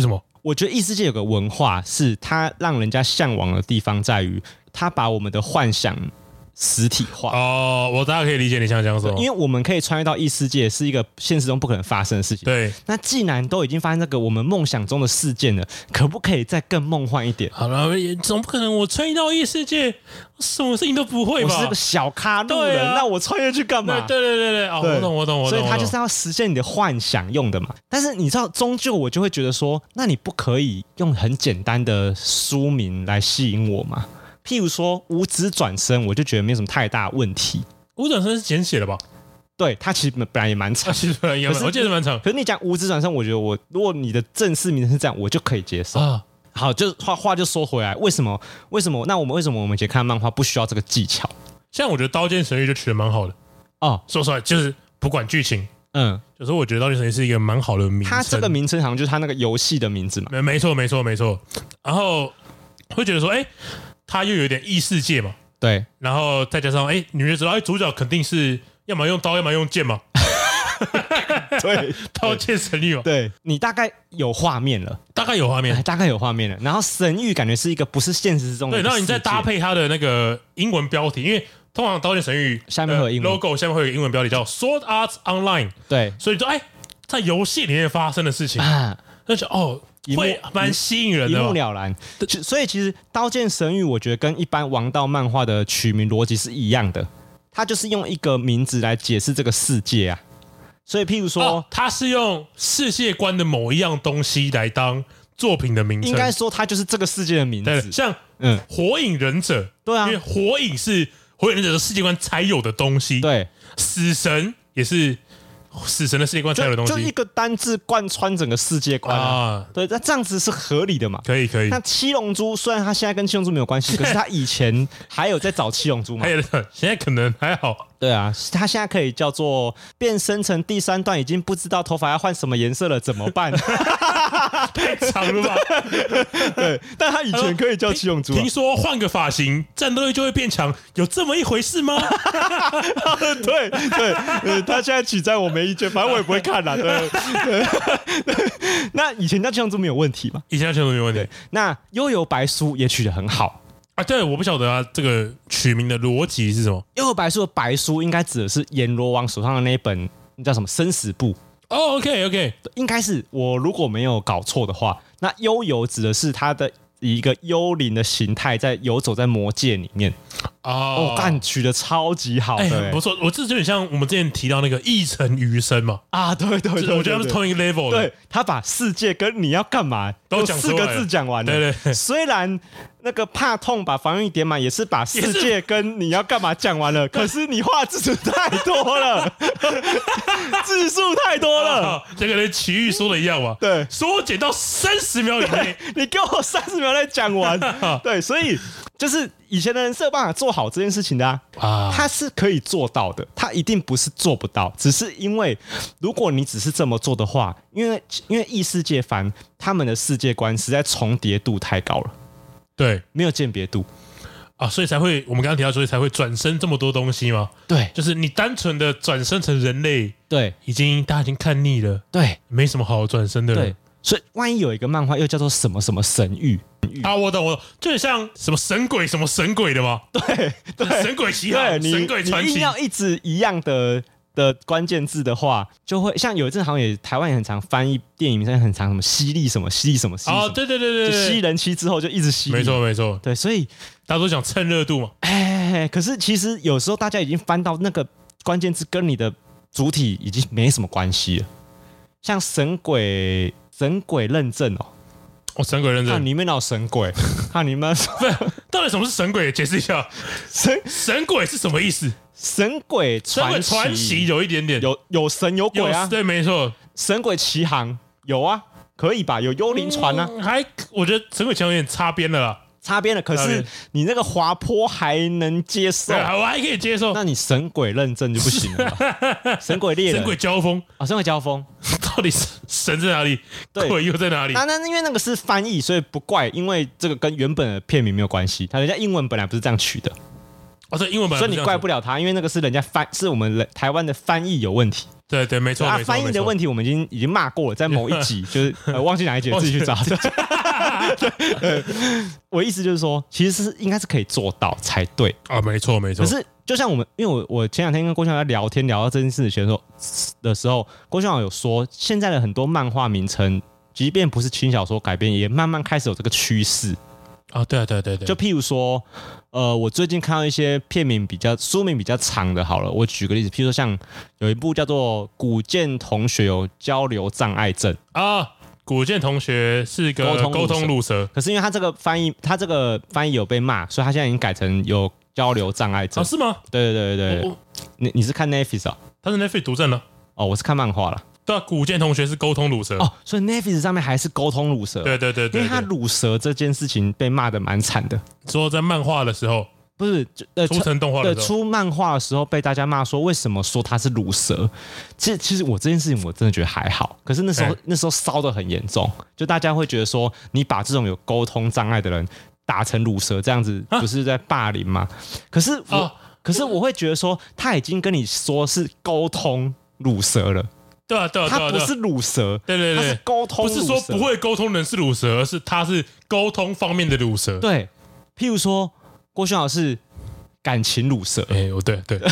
我觉得异世界有个文化是它让人家向往的地方在于，它把我们的幻想实体化。 哦，我大概可以理解你想讲什么， 因为我们可以穿越到异世界，是一个现实中不可能发生的事情。 对， 那既然都已经发生这个我们梦想中的事件了，可不可以再更梦幻一点？ 好了，总不可能我穿越到异世界，什么事情都不会吧？ 我是个小咖路人，啊、那我穿越去干嘛？ 对对对对对，哦，我懂我懂我懂。 所以他就是要实现你的幻想用的嘛。但是你知道，终究我就会觉得说，那你不可以用很简单的书名来吸引我吗？譬如说无指转身，我就觉得没有什么太大问题。 无指转身是简写的吧？ 对，它其实本来也蛮长， 其实本来也蛮，我记得蛮长。 可是你讲无指转身，我觉得我如果你的正式名称是这样，我就可以接受。啊、好，就话话就说回来，为什么？为什么？那我们为什么我们以前看漫画不需要这个技巧？ 像我觉得《刀剑神域》就取得蛮好的哦。说实话，就是不管剧情，嗯，就是我觉得《刀剑神域》是一个蛮好的名称。 它这个名称好像就是它那个游戏的名字嘛。 没没错没错没错。然后会觉得说，哎、欸。他又有点异世界嘛， 对， 然后再加上哎，你就知道哎，主角肯定是要么用刀，要么用剑嘛， 对， 刀剑神域嘛， 对你大概有画面了， 大概有画面， 大概有画面了。然后神域感觉是一个不是现实之中的， 对，然后你再搭配它的那个英文标题，因为通常刀剑神域下面会有英文 logo， 下面会有英文标题叫 Sword Art Online， 对，所以就哎，在游戏里面发生的事情，啊，那就哦。会蛮吸引人的， 一目了然。所以其实《刀剑神域》我觉得跟一般王道漫画的取名逻辑是一样的，它就是用一个名字来解释这个世界啊。所以譬如说，哦、 它是用世界观的某一样东西来当作品的名称， 应该说它就是这个世界的名字。 对，像嗯，《火影忍者》， 对啊， 因为火影是火影忍者的世界观才有的东西。 对， 死神也是。死神的世界观才有的东西， 就一个单字贯穿整个世界观啊！啊对，那这样子是合理的嘛？ 可以，可以。 那七龙珠虽然它现在跟七龙珠没有关系，可是它以前还有在找七龙珠嘛？ 还有，现在可能还好。 对啊，它现在可以叫做变身成第三段，已经不知道头发要换什么颜色了，怎么办？ 太长了吧？ 对，但他以前可以叫七龙珠、啊。 听说换个发型，战斗力就会变强，有这么一回事吗？ 对对、呃，他现在取在我没意见，反正我也不会看啦。对对对，那以前叫七龙珠没有问题嘛？ 以前叫七龙珠没有问题。 那幽游白书也取得很好。 啊，对，我不晓得啊，这个取名的逻辑是什么？ 幽游白书的白书应该指的是阎罗王手上的那一本，那叫什么生死簿？ 哦、oh, ，OK OK， 应该是我如果没有搞错的话，那幽游指的是他的以一个幽灵的形态在游走在魔界里面。哦，哦，干取得超级好的、欸欸，不错。我这有点像我们之前提到那个一城余生嘛。 啊，对对 对, 对, 对， 我觉得他们是同一个 level 的。 对，他把世界跟你要干嘛都讲四个字讲完了。 对对， 虽然那个怕痛把防御点满也是把世界跟你要干嘛讲完了，可是你画字数太多了，字数太多了。 这个跟奇遇说的一样嘛。 对， 缩减到三十秒以内， 你给我三十秒内讲完。对，所以就是以前的人是有办法做好这件事情的啊，啊他是可以做到的，他一定不是做不到，只是因为如果你只是这么做的话，因为因为异世界番他们的世界观实在重叠度太高了， 对， 没有鉴别度啊，所以才会我们刚刚提到，所以才会转生这么多东西嘛。 对， 就是你单纯的转生成人类， 对， 已经大家已经看腻了， 对， 没什么好转生的了。 对，所以万一有一个漫画又叫做什么什么神域。 啊，我懂，我懂，就很像什么神鬼什么神鬼的吗？ 对对， 神鬼奇航，神鬼传奇。 你硬要一直一样的的关键字的话，就会像有一阵好像也台湾也很常翻译电影名称很常什么犀利什么犀利什么犀利。 哦，对对对对， 就吸人妻之后就一直吸。 没错没错， 对，所以大家都想蹭热度嘛。 哎，可是其实有时候大家已经翻到那个关键字跟你的主体已经没什么关系了，像神鬼神鬼认证哦。 哦，神鬼认证， 看里面哪有神鬼？看你们不是，到底什么是神鬼？解释一下，神神鬼是什么意思？ 神鬼传奇， 传奇有一点点， 有有神有鬼啊， 对，没错。 神鬼奇航有啊，可以吧？有幽灵船啊， 嗯、还我觉得神鬼奇航有点擦边了啦。 擦边了，可是你那个滑坡还能接受， 我还可以接受。 那你神鬼认证就不行了吧？神鬼猎人、 神鬼交锋啊，神鬼交锋， 到底神在哪里？鬼又在哪里？ 那那因为那个是翻译，所以不怪，因为这个跟原本的片名没有关系。他人家英文本来不是这样取的， 哦，这英文本来， 所以你怪不了他，因为那个是人家翻，是我们台湾的翻译有问题。 对对，没错， 啊， 没错。 翻译的问题我们已经已经骂过了，在某一集就是呃忘记哪一集，自己去找。对，我意思就是说，其实是应该是可以做到才对啊，没错没错。 可是就像我们，因为我我前两天跟郭校长聊天聊到这件事情的时候的时候，郭校长有说，现在的很多漫画名称，即便不是轻小说改编，也慢慢开始有这个趋势。 啊，对对对对， 就譬如说，呃，我最近看到一些片名比较书名比较长的，好了，我举个例子，譬如说像有一部叫做《古剑同学有交流障碍症》 啊，古剑同学是个沟通鲁蛇， 可是因为他这个翻译，他这个翻译有被骂，所以他现在已经改成有交流障碍症。 哦，是吗？ 对对对对，你你是看 Netflix 啊？ 他是 Netflix 独占了。 哦，我是看漫画了。 对啊，古剑同学是沟通鲁蛇哦，所以 Netflix 上面还是沟通鲁蛇。 对对对对， 因为他鲁蛇这件事情被骂的蛮惨的。 说在漫画的时候， 不是呃出成动画的时候， 对，出漫画的时候被大家骂说为什么说他是鲁蛇？其实其实我这件事情我真的觉得还好，可是那时候、欸、那时候烧得很严重，就大家会觉得说你把这种有沟通障碍的人打成鲁蛇这样子，不是在霸凌吗？可是我、啊、可是我会觉得说他已经跟你说是沟通鲁蛇了。 对啊，对啊， 他不是鲁蛇， 对对对， 他是沟通鲁蛇， 不是说不会沟通人是鲁蛇，而是他是沟通方面的鲁蛇。 对，譬如说郭轩老是感情鲁蛇， 哎、欸，我对对，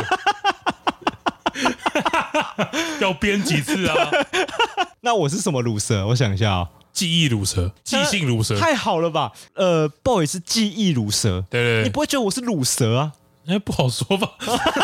要编几次啊？ 那我是什么鲁蛇？我想一下啊、哦， 记忆鲁蛇，记性鲁蛇， 太好了吧？呃 ，boy 是记忆鲁蛇， 对对对， 你不会觉得我是鲁蛇啊？ 哎、欸，不好说吧？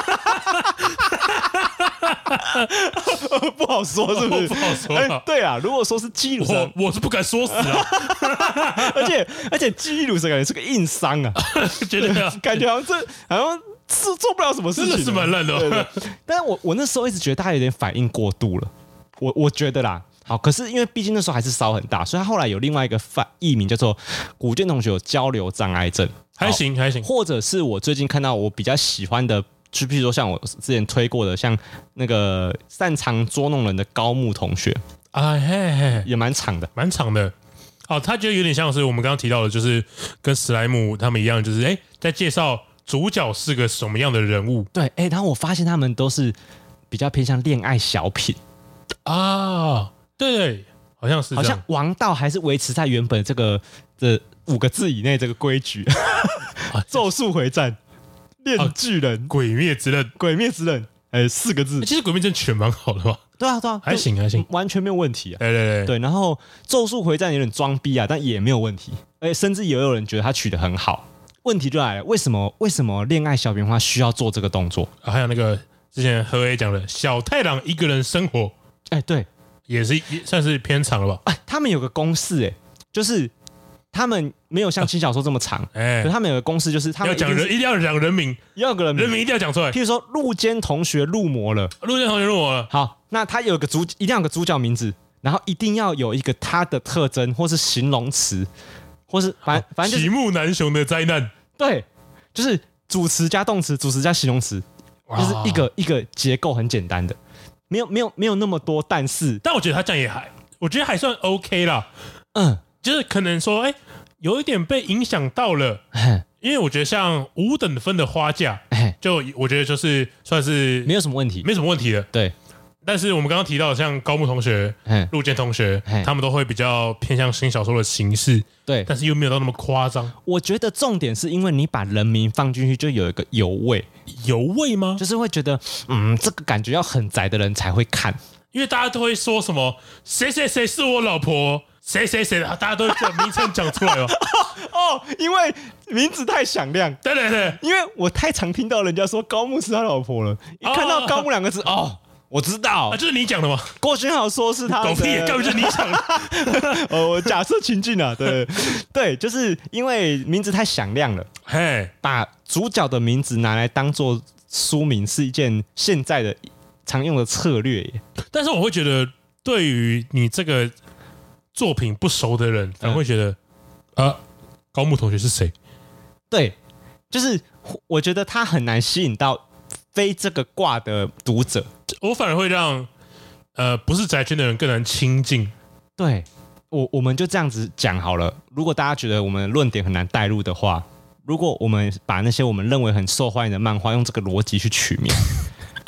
不好说是不是？ 不好说、 欸。对啊，如果说是记忆鲁蛇， 我我是不敢说死啊。 而且而且记忆鲁蛇感觉是个硬伤啊， 觉得、啊、 感觉好像这好像是做不了什么事情， 真的是蛮烂的、哦。 对对对，但是我我那时候一直觉得他有点反应过度了，我我觉得啦。好，可是因为毕竟那时候还是烧很大，所以他后来有另外一个翻译名叫做古剑同学有交流障碍症， 还行还行。 或者是我最近看到我比较喜欢的。就譬如说像我之前推过的，像那个擅长捉弄人的高木同学， 啊嘿嘿， 也蛮长的， 蛮长的。哦，他觉得有点像是我们刚刚提到的，就是跟史莱姆他们一样，就是哎、欸，在介绍主角是个什么样的人物。 对，哎、欸，然后我发现他们都是比较偏向恋爱小品啊，对对，好像是这样， 好像王道还是维持在原本这个这五个字以内这个规矩。咒术回战。炼巨人、啊、 鬼灭之刃、 鬼灭之刃，哎、欸，四个字。 其实鬼灭之刃选蛮好的吧？ 对啊，对啊， 还行还行， 完全没有问题啊。 对对对对，然后咒术回战有点装逼啊，但也没有问题。而且甚至也有人觉得他取得很好。问题就来了，为什么为什么恋爱小饼花需要做这个动作？ 啊、还有那个之前何 A 讲的小太郎一个人生活， 哎、欸，对， 也是也算是偏长了吧？ 哎，他们有个公式，哎，就是。他们没有像轻小说这么长，哎、欸，可他们有个公式，就是他们要讲人，一定要讲人名， 要个人名， 人名一定要讲出来。 譬如说，陆间同学入魔了， 陆间同学入魔了。 好，那他有个主，一定要有个主角名字，然后一定要有一个他的特征，或是形容词，或是反反正就是喜木南雄的灾难。 对，就是主词加动词，主词加形容词，就是一个一个结构很简单的，没有没有没有那么多，但是， 但我觉得他这样也还，我觉得还算 OK 啦。 嗯， 就是可能说，哎、欸。有一点被影响到了，因为我觉得像五等分的花架，就我觉得就是算是没有什么问题， 没什么问题的。 对， 但是我们刚刚提到像高木同学、陆健同学，他们都会比较偏向新小说的形式， 对， 但是又没有到那么夸张。 我觉得重点是因为你把人名放进去，就有一个油味， 油味吗？ 就是会觉得，嗯，这个感觉要很宅的人才会看， 因为大家都会说什么谁谁谁是我老婆。谁谁谁的，大家都这名称讲出来哦。 哦，因为名字太响亮。 对对对， 因为我太常听到人家说高木是他老婆了，一看到高木两个字，哦，我知道， 啊，就是你讲的吗？ 郭轩豪说是他的， 狗屁，根本就是你讲的。 哦，我假设情境啊，对对，就是因为名字太响亮了， 嘿， 把主角的名字拿来当做书名是一件现在的常用的策略耶。 但是我会觉得，对于你这个作品不熟的人，反而会觉得、嗯、啊，高木同学是谁？ 对，就是我觉得他很难吸引到非这个挂的读者， 我反而会让呃不是宅圈的人更难亲近。 对，我我们就这样子讲好了。如果大家觉得我们的论点很难带入的话，如果我们把那些我们认为很受欢迎的漫画用这个逻辑去取名，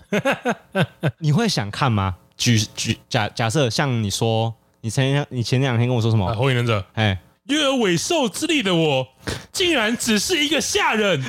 你会想看吗？举举假假设像你说，你前你前两天跟我说什么？ 啊、火影忍者， 哎， 拥有尾兽之力的我，竟然只是一个下人。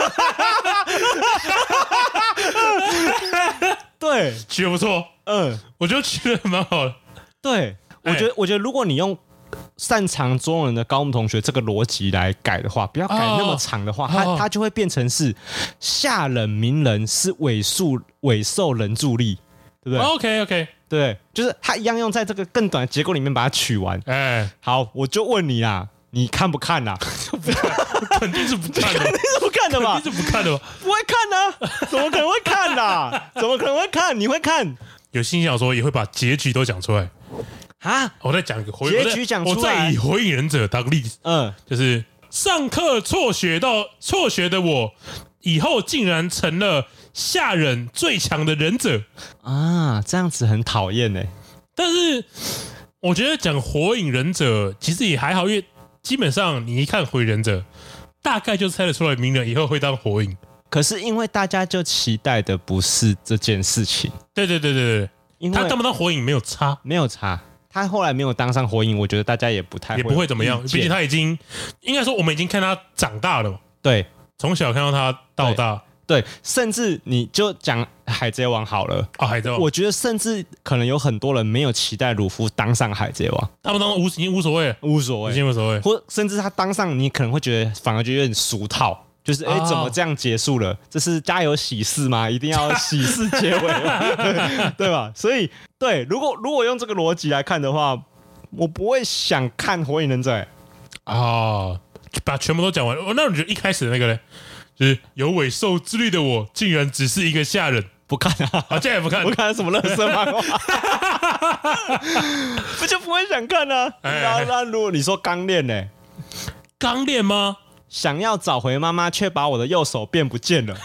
对， 取得不错，嗯，我觉得取得蛮好的。 对，我觉得，我觉得如果你用擅长中文的高木同学这个逻辑来改的话，不要改那么长的话，它、哦、它就会变成是下人鸣人是尾数尾兽人助力，对不对 ？OK OK， 对，就是它一样用在这个更短的结构里面把它取完。哎，好，我就问你啦，你看不看啦？ 不看，肯定是不看的， 肯定是不看的吧？ 肯定是不看的吧？ 不会看啊？怎么可能会看啦？怎么可能会看？你会看？ 有新小说也会把结局都讲出来啊！我再讲一个结局讲出来， 我再以火影忍者当例子，嗯，就是上课辍学到辍学的我，以后竟然成了下忍最强的忍者啊！这样子很讨厌哎。 但是我觉得讲火影忍者其实也还好，因为基本上你一看火影忍者，大概就猜得出来鸣人以后会当火影。 可是因为大家就期待的不是这件事情， 对对对对对，因为他当不当火影没有差， 没有差。他后来没有当上火影，我觉得大家也不太会也不会怎么样，毕竟他已经应该说我们已经看他长大了嘛。 对， 从小看到他到大， 对，对甚至你就讲海贼王好了啊、哦，海贼王， 我觉得甚至可能有很多人没有期待鲁夫当上海贼王， 他们当无已经无所谓了， 无所谓， 已经无所谓， 或甚至他当上，你可能会觉得反而就有点俗套。就是哎、欸，怎么这样结束了？这是家有喜事吗？一定要喜事结尾吗？对, 对吧？所以对，如果如果用这个逻辑来看的话，我不会想看火影忍者啊、哦，把全部都讲完。那我觉得一开始的那个呢，就是有尾兽之力的我，竟然只是一个下人， 不看啊， 啊，这样也不看， 不看什么垃圾漫画，不就不会想看啊？那那如果你说钢炼呢？ 钢炼吗？ 想要找回妈妈，却把我的右手变不见了，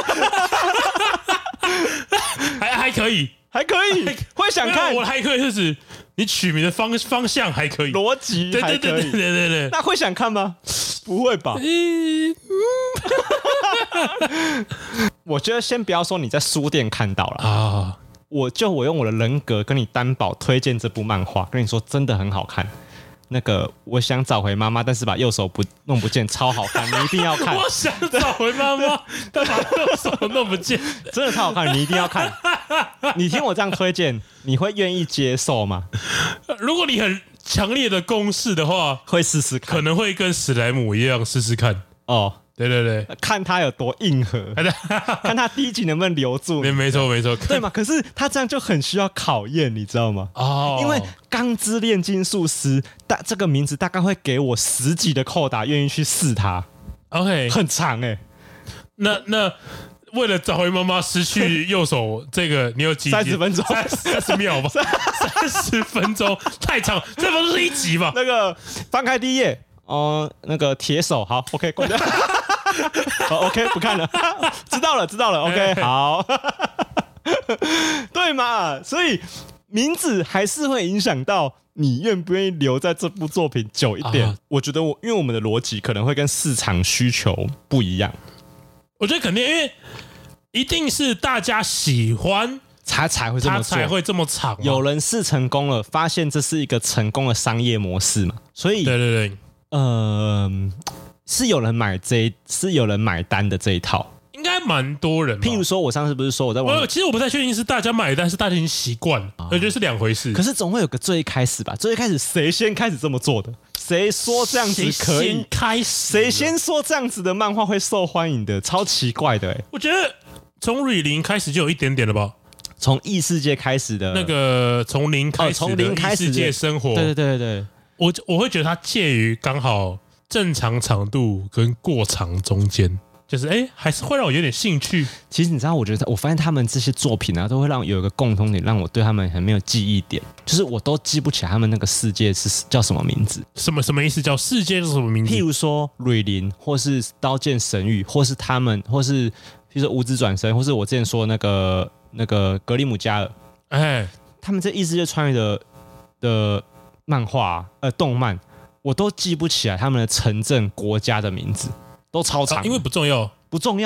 还还可以， 还可以，会想看。 我还可以，就是你取名的方方向还可以， 逻辑还可以， 对对对对对对。 那会想看吗？不会吧？我觉得先不要说你在书店看到了啊，我就我用我的人格跟你担保推荐这部漫画，跟你说真的很好看。那个我想找回妈妈，但是把右手不弄不见，超好看，你一定要看。 我想找回妈妈，但把右手弄不见， 真的超好看，你一定要看。你听我这样推荐，你会愿意接受吗？ 如果你很强烈的攻势的话， 会试试看， 可能会跟史莱姆一样试试看。哦，对对对， 看他有多硬核，看他第一集能不能留住。 没没错没错， 对嘛？可是他这样就很需要考验，你知道吗？哦，因为钢之炼金术师大这个名字大概会给我十集的扣打，愿意去试他。 OK， 很长哎、欸。 那那为了找回妈妈失去右手，这个你有几集？ 三十分钟， 三十秒吧，三十分钟太长，这不是一集吧？ 那个翻开第一页。哦、呃，那个铁手，好 ，OK， 关掉、哦、，OK， 不看了，知道了，知道了 ，OK， 好，对嘛？所以名字还是会影响到你愿不愿意留在这部作品久一点。啊、我觉得我因为我们的逻辑可能会跟市场需求不一样， 我觉得肯定，因为一定是大家喜欢。 才才会这么做， 才会这么长。 有人试成功了，发现这是一个成功的商业模式嘛？所以， 对对对， 呃，是有人买这一，是有人买单的这一套， 应该蛮多人。 譬如说，我上次不是说我在网， 我其实我不太确定是大家买单，是大家已经习惯了，我觉得是两回事。 可是总会有个最一开始吧？最一开始谁先开始这么做的？谁说这样子可以？ 谁先开始？ 谁先说这样子的漫画会受欢迎的？超奇怪的哎、欸！ 我觉得从瑞林开始就有一点点了吧。 从异世界开始的那个从零开始从零开始异世界生活， 对对对对， 我我会觉得它介于刚好正常长度跟过长中间，就是哎、欸，还是会让我有点兴趣。 其实你知道，我觉得我发现他们这些作品啊，都会让有一个共通点，让我对他们很没有记忆点，就是我都记不起来他们那个世界是叫什么名字。 什么什么意思？叫世界是什么名字？ 譬如说瑞林，或是刀剑神域，或是他们，或是譬如说无职转生，或是我之前说的那个。那个格里姆加尔，哎，他们这异世界穿越的的漫画、呃动漫，我都记不起来他们的城镇、国家的名字，都超长、 啊，因为不重要， 不重要啊。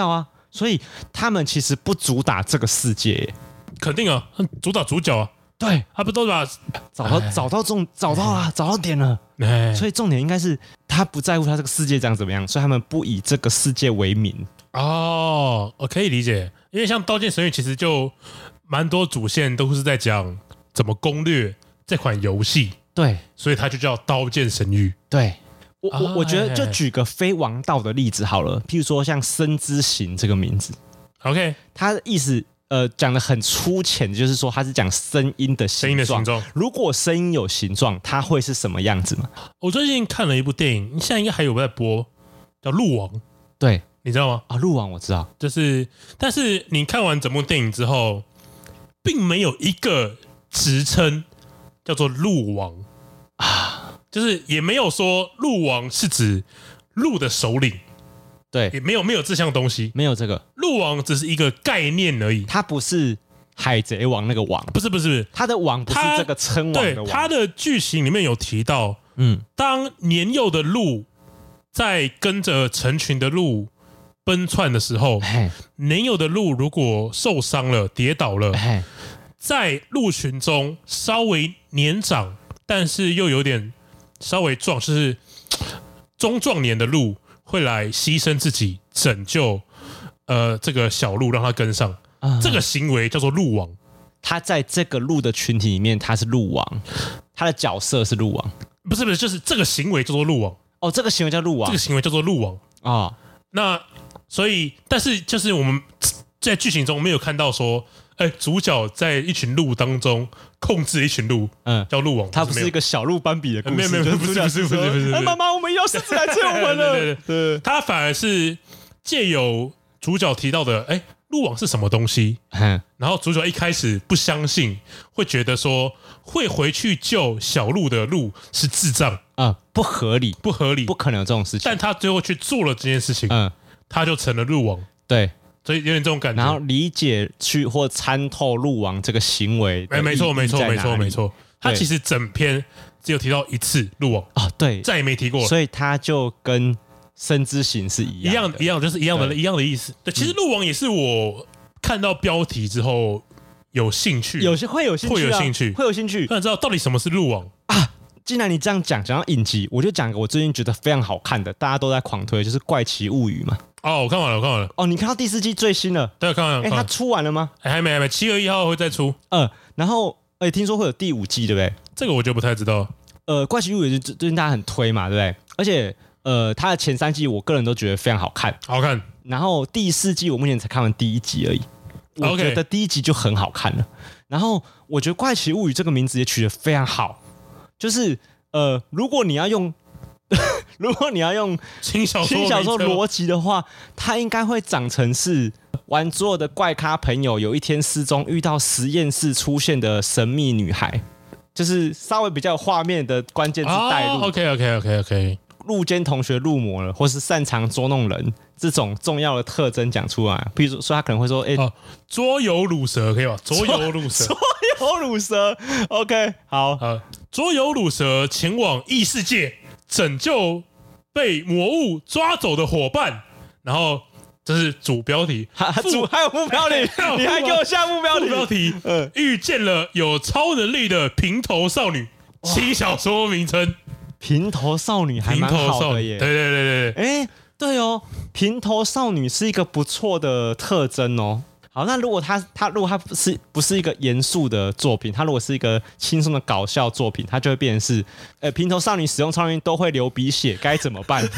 所以他们其实不主打这个世界， 肯定啊，主打主角啊。 对， 他不都把找到找到重找到了找到点了，所以重点应该是他不在乎他这个世界长怎么样，所以他们不以这个世界为名。 哦，我可以理解，因为像《刀剑神域》其实就蛮多主线都是在讲怎么攻略这款游戏， 对， 所以它就叫《刀剑神域》。 对，我我我觉得就举个非王道的例子好了，譬如说像生之行这个名字 ，OK， 它的意思。呃，讲的很粗浅，就是说它是讲声音的形状。声音的形状，如果声音有形状，它会是什么样子吗？ 我最近看了一部电影，现在应该还有在播，叫《鹿王》。 对， 你知道吗？ 啊，《鹿王》我知道， 就是，但是你看完整部电影之后，并没有一个职称叫做鹿王啊，就是也没有说鹿王是指鹿的首领。 对， 也没有没有这项东西， 没有这个。 鹿王只是一个概念而已， 它不是海贼王那个王， 不是不是不是， 它的王不是这个称王的王。 对，它的剧情里面有提到， 嗯， 当年幼的鹿在跟着成群的鹿奔窜的时候，年幼的鹿如果受伤了、跌倒了，在鹿群中稍微年长，但是又有点稍微壮，就是中壮年的鹿。会来牺牲自己拯救呃这个小鹿，让他跟上，嗯、这个行为叫做鹿王。 他在这个鹿的群体里面，他是鹿王，他的角色是鹿王。 不是不是，就是这个行为叫做鹿王。 哦，这个行为叫鹿王， 这个行为叫做鹿王啊、哦。那所以，但是就是我们在剧情中没有看到说，哎、欸，主角在一群鹿当中控制一群鹿，嗯，叫鹿王。 他不是一个小鹿斑比的故事， 没有没有，不是不是不是不是。 妈妈，我们要狮子来追我们了。对对对， 他反而是借由主角提到的，哎、欸，鹿王是什么东西？然后主角一开始不相信，会觉得说会回去救小鹿的鹿是智障啊、嗯，不合理， 不合理， 不可能有这种事情。 但他最后去做了这件事情，嗯，他就成了鹿王。 对。 所以有点这种感觉， 然后理解去或参透鹿王这个行为， 哎，没错，没错，没错，没错。他其实整篇只有提到一次鹿王啊，对， 再也没提过了。 所以他就跟生之行是一样， 一样，一样，就是一样的，一样的意思。对，其实鹿王也是我看到标题之后有兴趣， 有些会有兴趣， 会有兴趣， 会有兴趣， 想知道到底什么是鹿王啊。既然你这样讲，讲到影集，我就讲个我最近觉得非常好看的，大家都在狂推，就是《怪奇物语》嘛。 哦，我看完了，我看完了。 哦，你看到第四季最新了？ 对，看完了。 哎，它出完了吗？ 哎，还没，还没。七月一号会再出。 呃，然后，哎，听说会有第五季，对不对？ 这个我就不太知道。 呃，《怪奇物语》最近大家很推嘛，对不对？而且，呃，它的前三季我个人都觉得非常好看， 好看。 然后第四季我目前才看完第一集而已，我觉得第一集就很好看了。然后我觉得《怪奇物语》这个名字也取得非常好，就是呃，如果你要用。如果你要用轻小说逻辑的话，它应该会长成是玩桌游的怪咖朋友有一天失踪，遇到实验室出现的神秘女孩，就是稍微比较有画面的关键字带入。 哦、OK OK OK OK， 鹿间同学入魔了，或是擅长捉弄人这种重要的特征讲出来。比如说，他可能会说：“哎、欸哦， 桌游乳蛇可以吧？桌游乳蛇， 桌游乳蛇 ，OK， 好。 呃，桌游乳蛇前往异世界。”拯救被魔物抓走的伙伴，然后这是主标题， 主还有副标题，你还给我下副标题。 副标题，嗯，遇见了有超能力的平头少女，轻小说名称。 平头少女还蛮好的耶， 对对对对对， 哎，对哦，平头少女是一个不错的特征哦。好，那如果他他如果他不是不是一个严肃的作品，他如果是一个轻松的搞笑作品，他就会变成是，呃，平头少女使用超能力都会流鼻血，该怎么办？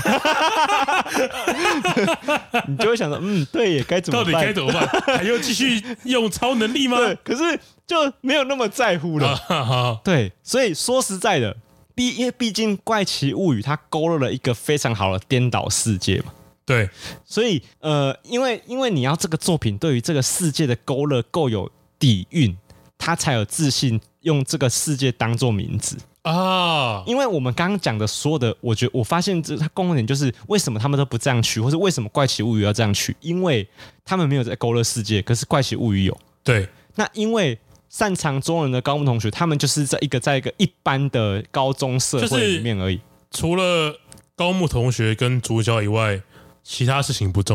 你就会想说，嗯，对耶，该怎么办？ 到底该怎么办？还要继续用超能力吗？ 对，可是就没有那么在乎了。啊、对，所以说实在的，毕因为毕竟《怪奇物语》它勾勒了一个非常好的颠倒世界嘛。 对， 所以呃，因为因为你要这个作品对于这个世界的勾勒够有底蕴，他才有自信用这个世界当做名字啊。因为我们刚刚讲的所有的，我觉得我发现这它共同点就是为什么他们都不这样取，或者为什么怪奇物语要这样取？因为他们没有在勾勒世界，可是怪奇物语有。 对， 那因为擅长中文的高木同学，他们就是在一个在一个一般的高中社会里面而已。 就是、除了高木同学跟主角以外。其他事情不重要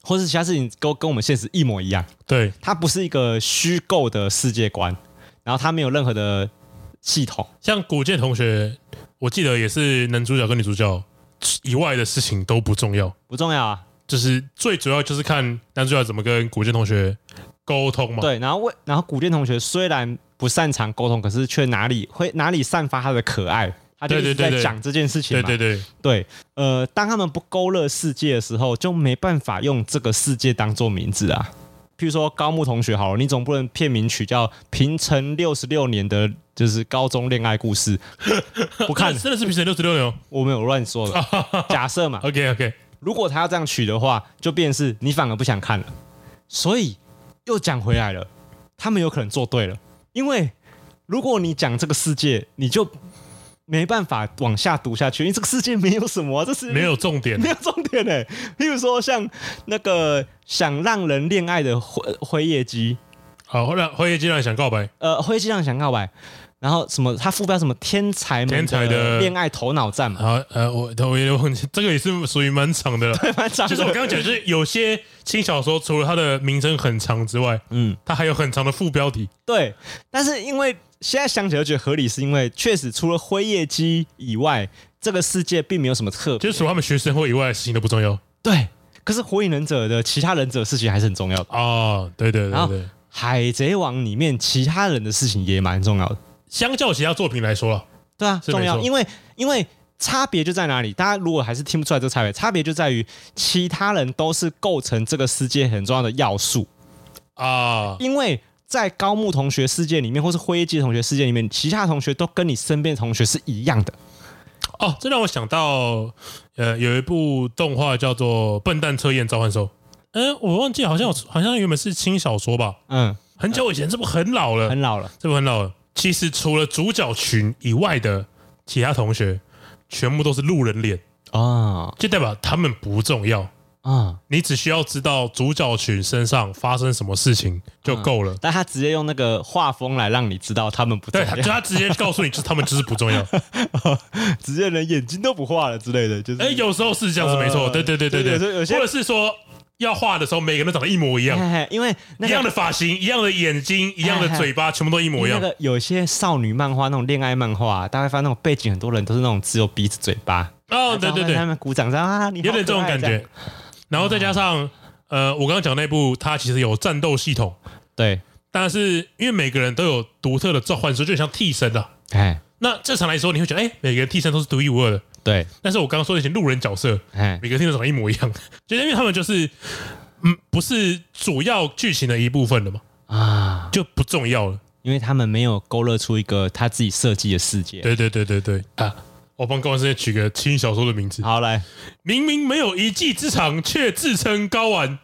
或是其他事情都跟我们现实一模一样。 对， 它不是一个虚构的世界观，然后它没有任何的系统。 像古剑同学，我记得也是男主角跟女主角以外的事情都不重要， 不重要啊， 就是最主要就是看男主角怎么跟古剑同学沟通嘛。 对，然后为然后古剑同学虽然不擅长沟通，可是却哪里会哪里散发他的可爱。他就一直在讲这件事情嘛， 对对对对, 对，呃，当他们不勾勒世界的时候，就没办法用这个世界当做名字啊。譬如说高木同学好了，你总不能片名取叫《平成六十六年的就是高中恋爱故事》，不看真的是平成六十六年哦， 我没有乱说的，假设嘛。 OK OK， 如果他要这样取的话，就变成是你反而不想看了。所以又讲回来了，他们有可能做对了，因为如果你讲这个世界，你就没办法往下读下去，因为这个世界没有什么、啊，这是没有重点， 没有重点哎。譬如说像那个想让人恋爱的辉辉夜姬， 好，让辉夜姬让人想告白， 呃，辉夜姬让人想告白，然后什么，他副标什么天才们的恋爱头脑战嘛。 好，呃，我我也忘记，这个也是属于蛮长的了， 对，蛮长的。 就是我刚刚讲，就是有些轻小说除了它的名称很长之外，嗯，它还有很长的副标题。 对，但是因为现在想起来觉得合理，是因为确实除了辉夜姬以外，这个世界并没有什么特别， 就是除了他们学生会以外的事情都不重要。 对，可是火影忍者的其他忍者的事情还是很重要的哦。对对对对， 海贼王里面其他人的事情也蛮重要的， 相较其他作品来说了， 对啊，重要，因为因为差别就在哪里？大家如果还是听不出来这个差别，差别就在于其他人都是构成这个世界很重要的要素啊，因为在高木同学世界里面，或是辉夜姬同学世界里面，其他同学都跟你身边的同学是一样的。 哦，这让我想到，呃，有一部动画叫做《笨蛋测验召唤兽》。嗯，我忘记好像有好像原本是轻小说吧？嗯，很久以前，这部很老了， 很老了， 这部很老了。其实除了主角群以外的其他同学，全部都是路人脸啊，就代表他们不重要。啊、嗯，你只需要知道主角群身上发生什么事情就够了、嗯。 但他直接用那个画风来让你知道他们不重要， 对，就他直接告诉你，就是他们就是不重要， 直接连眼睛都不画了之类的，就是。 哎、欸，有时候是这样子，没错、呃，对对对对对， 有些或者是说要画的时候，每个人都长得一模一样，嘿嘿因为、那個、 一样的发型、一样的眼睛、一样的嘴巴，嘿嘿全部都一模一样。 那个有些少女漫画那种恋爱漫画，大概发现那种背景很多人都是那种只有鼻子嘴巴。 哦，对对对， 他们鼓掌说啊，你好可愛， 有点这种感觉。然后再加上，呃，我刚刚讲那部，它其实有战斗系统， 对， 但是因为每个人都有独特的召唤术，就像替身啊。哎，那正常来说，你会觉得，哎，每个人替身都是独一无二的， 对。 但是我刚刚说那些路人角色，哎，每个替身长得一模一样，就是因为他们就是，嗯，不是主要剧情的一部分了嘛，啊，就不重要了， 因为他们没有勾勒出一个他自己设计的世界。 对对对对对啊。我帮高玩世界取个轻小说的名字。 好，来， 明明没有一技之长，却自称高玩。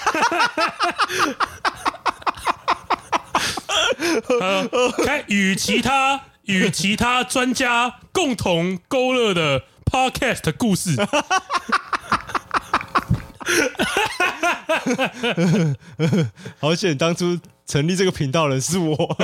呃，开与其他与其他专家共同勾勒的 podcast 故事。 好险，当初成立这个频道的人是我。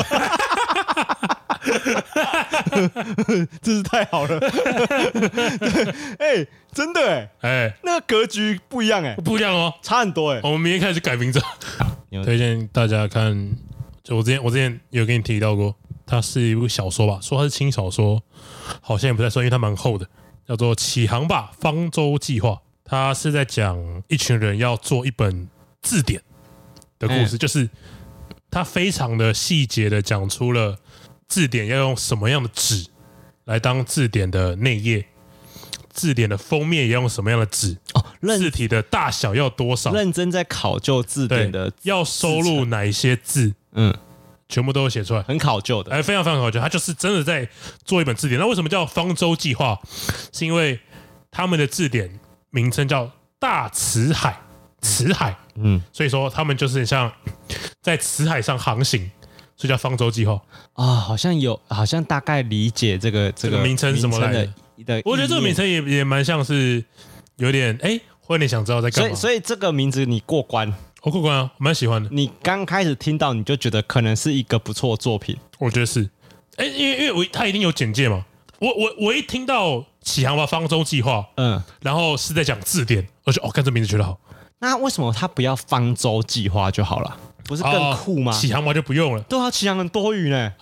真是太好了！哎、欸，真的哎、欸，哎、欸，那个格局不一样哎、欸， 不一样哦， 差很多哎、欸。 我们明天开始改名字，推荐大家看。就我之前我之前有跟你提到过，它是一部小说吧，说它是轻小说，好像也不太算，因为它蛮厚的，叫做《起航吧，方舟计划》。它是在讲一群人要做一本字典的故事，欸、就是它非常的细节的讲出了。字典要用什么样的纸来当字典的内页？字典的封面也用什么样的纸？哦，字体的大小要多少？ 认真在考究字典的， 要收录哪一些字？嗯，全部都有写出来， 很考究的， 哎，非常非常考究。他就是真的在做一本字典。那为什么叫方舟计划？是因为他们的字典名称叫大辞海，辞海，嗯，所以说他们就是像在辞海上航行。所以叫方舟计划啊、哦，好像有，好像大概理解这个这个、 这个名称是什么来的。的我觉得这个名称也也蛮像是有点哎，会有点想知道在干嘛。 所以所以这个名字你过关， 我过关啊，我蛮喜欢的。 你刚开始听到你就觉得可能是一个不错的作品， 我觉得是。哎，因为因为我他一定有简介嘛，我我我一听到起航吧方舟计划，嗯，然后是在讲字典，而且哦，看这名字觉得好。 那为什么他不要方舟计划就好了？不是更酷吗？ 启航嘛就不用了。 对啊，启航很多余呢。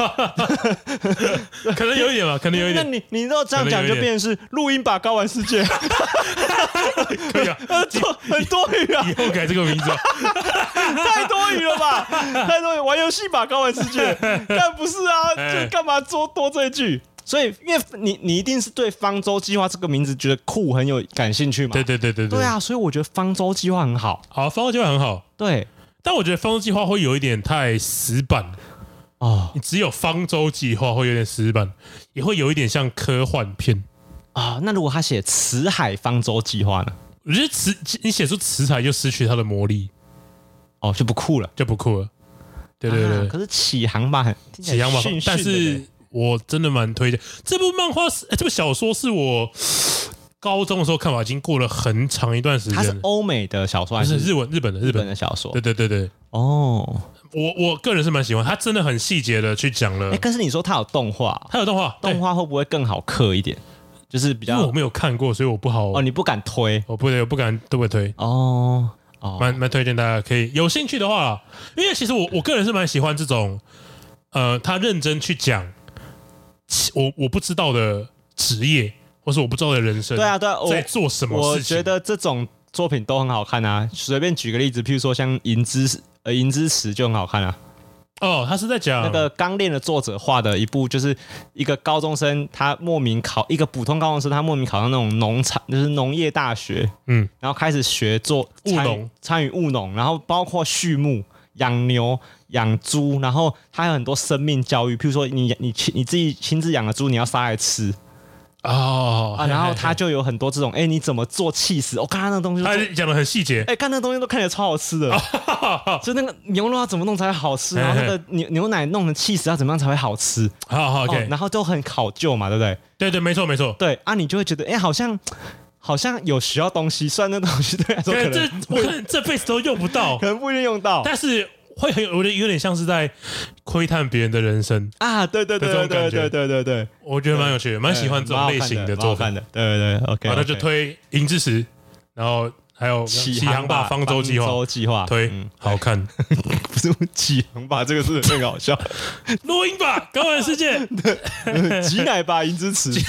可能有一点吧，可能有一点。 那你你若这样讲，就变成是录音吧高玩世界。 可以啊， 很多余啊！ 以后改这个名字， 太多余了吧？太多余，玩游戏吧高玩世界。但不是啊，就干嘛多多这一句？所以，因为你你一定是对方舟计划这个名字觉得酷，很有感兴趣嘛？ 对对对对对。对啊，所以我觉得方舟计划很好。 好，方舟计划很好。 对。 但我觉得方舟计划会有一点太死板哦，你只有方舟计划会有点死板，也会有一点像科幻片啊、哦。那如果他写辞海方舟计划呢？ 我觉得辞你写出辞海就失去它的魔力， 哦，就不酷了， 就不酷了。对对 对, 對、啊。 可是启航吧，很启航吧，但是我真的蛮推荐这部漫画是、欸，这部小说是我高中的时候看吧，已经过了很长一段时间。 它是欧美的小说还是日文？日本的日本的小说？ 对对对对。 哦， 我我个人是蛮喜欢，它真的很细节的去讲了。 哎、欸，可是你说它有动画， 它有动画， 动画会不会更好刻一点？就是比较， 因为我没有看过，所以我不好哦，你不敢推， 我不我不敢都不推哦。哦， 蛮蛮推荐大家可以有兴趣的话，因为其实我我个人是蛮喜欢这种，呃，他认真去讲我我不知道的职业，或是我不知道的人生， 对啊对啊， 在做什么事情。 我觉得这种作品都很好看啊，随便举个例子，譬如说像《银之呃银之匙》就很好看啊。 哦，他是在讲那个《钢炼》的作者画的一部，就是一个高中生，他莫名考一个普通高中生，他莫名考上那种农场，就是农业大学，嗯，然后开始学做务农， 参与务农，然后包括畜牧、养牛、养猪，然后他有很多生命教育，譬如说你你你自己亲自养的猪，你要杀来吃。 哦、 啊，然后他就有很多这种，哎，你怎么做起司？我、哦、看他那个东西， 他讲的很细节， 哎，看那个东西都看起来超好吃的，就那个牛肉要怎么弄才会好吃，然后那个牛牛奶弄的起司要怎么样才会好吃？ 好好 ，OK，、 哦、然后都很考究嘛，对不对？ 对对，没错没错， 对啊，你就会觉得，哎，好像好像有学到东西，虽然那东西对来说可能这我可能这辈子都用不到， 可能不一定用到， 但是。会很有，我觉得有点像是在窥探别人的人生啊！对对对对对对对对对， 我觉得蛮有趣的，蛮喜欢这种类型的作品的。对对对 ，OK， 好，那就推《银之匙》，然后还有《启航吧方舟计划》， 计划推、嗯、好看。 不是启航吧？这个是很搞笑。 录音吧，高玩世界， 挤奶吧，银之匙。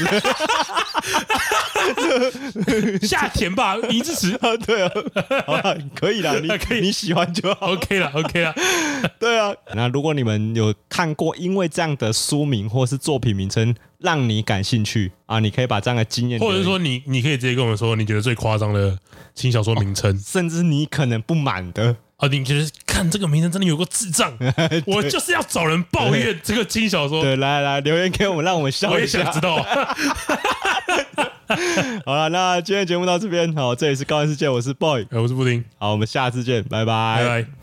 下田吧，银之匙。 啊，对啊，好啦，可以啦，你可以，你喜欢就好。 OK 了 ，OK 了。 对啊，那如果你们有看过，因为这样的书名或是作品名称让你感兴趣啊，你可以把这样的经验， 或者是说你你可以直接跟我们说，你觉得最夸张的轻小说名称、哦， 甚至你可能不满的。 啊，你觉得看这个名称真的有个智障？我就是要找人抱怨这个轻小说。 对，来来留言给我们，让我们笑一下。 我也想知道。 好了，那今天节目到这边，好，这里是高玩世界，我是 Boy，、 欸、我是布丁， 好，我们下次见，拜拜。 拜拜。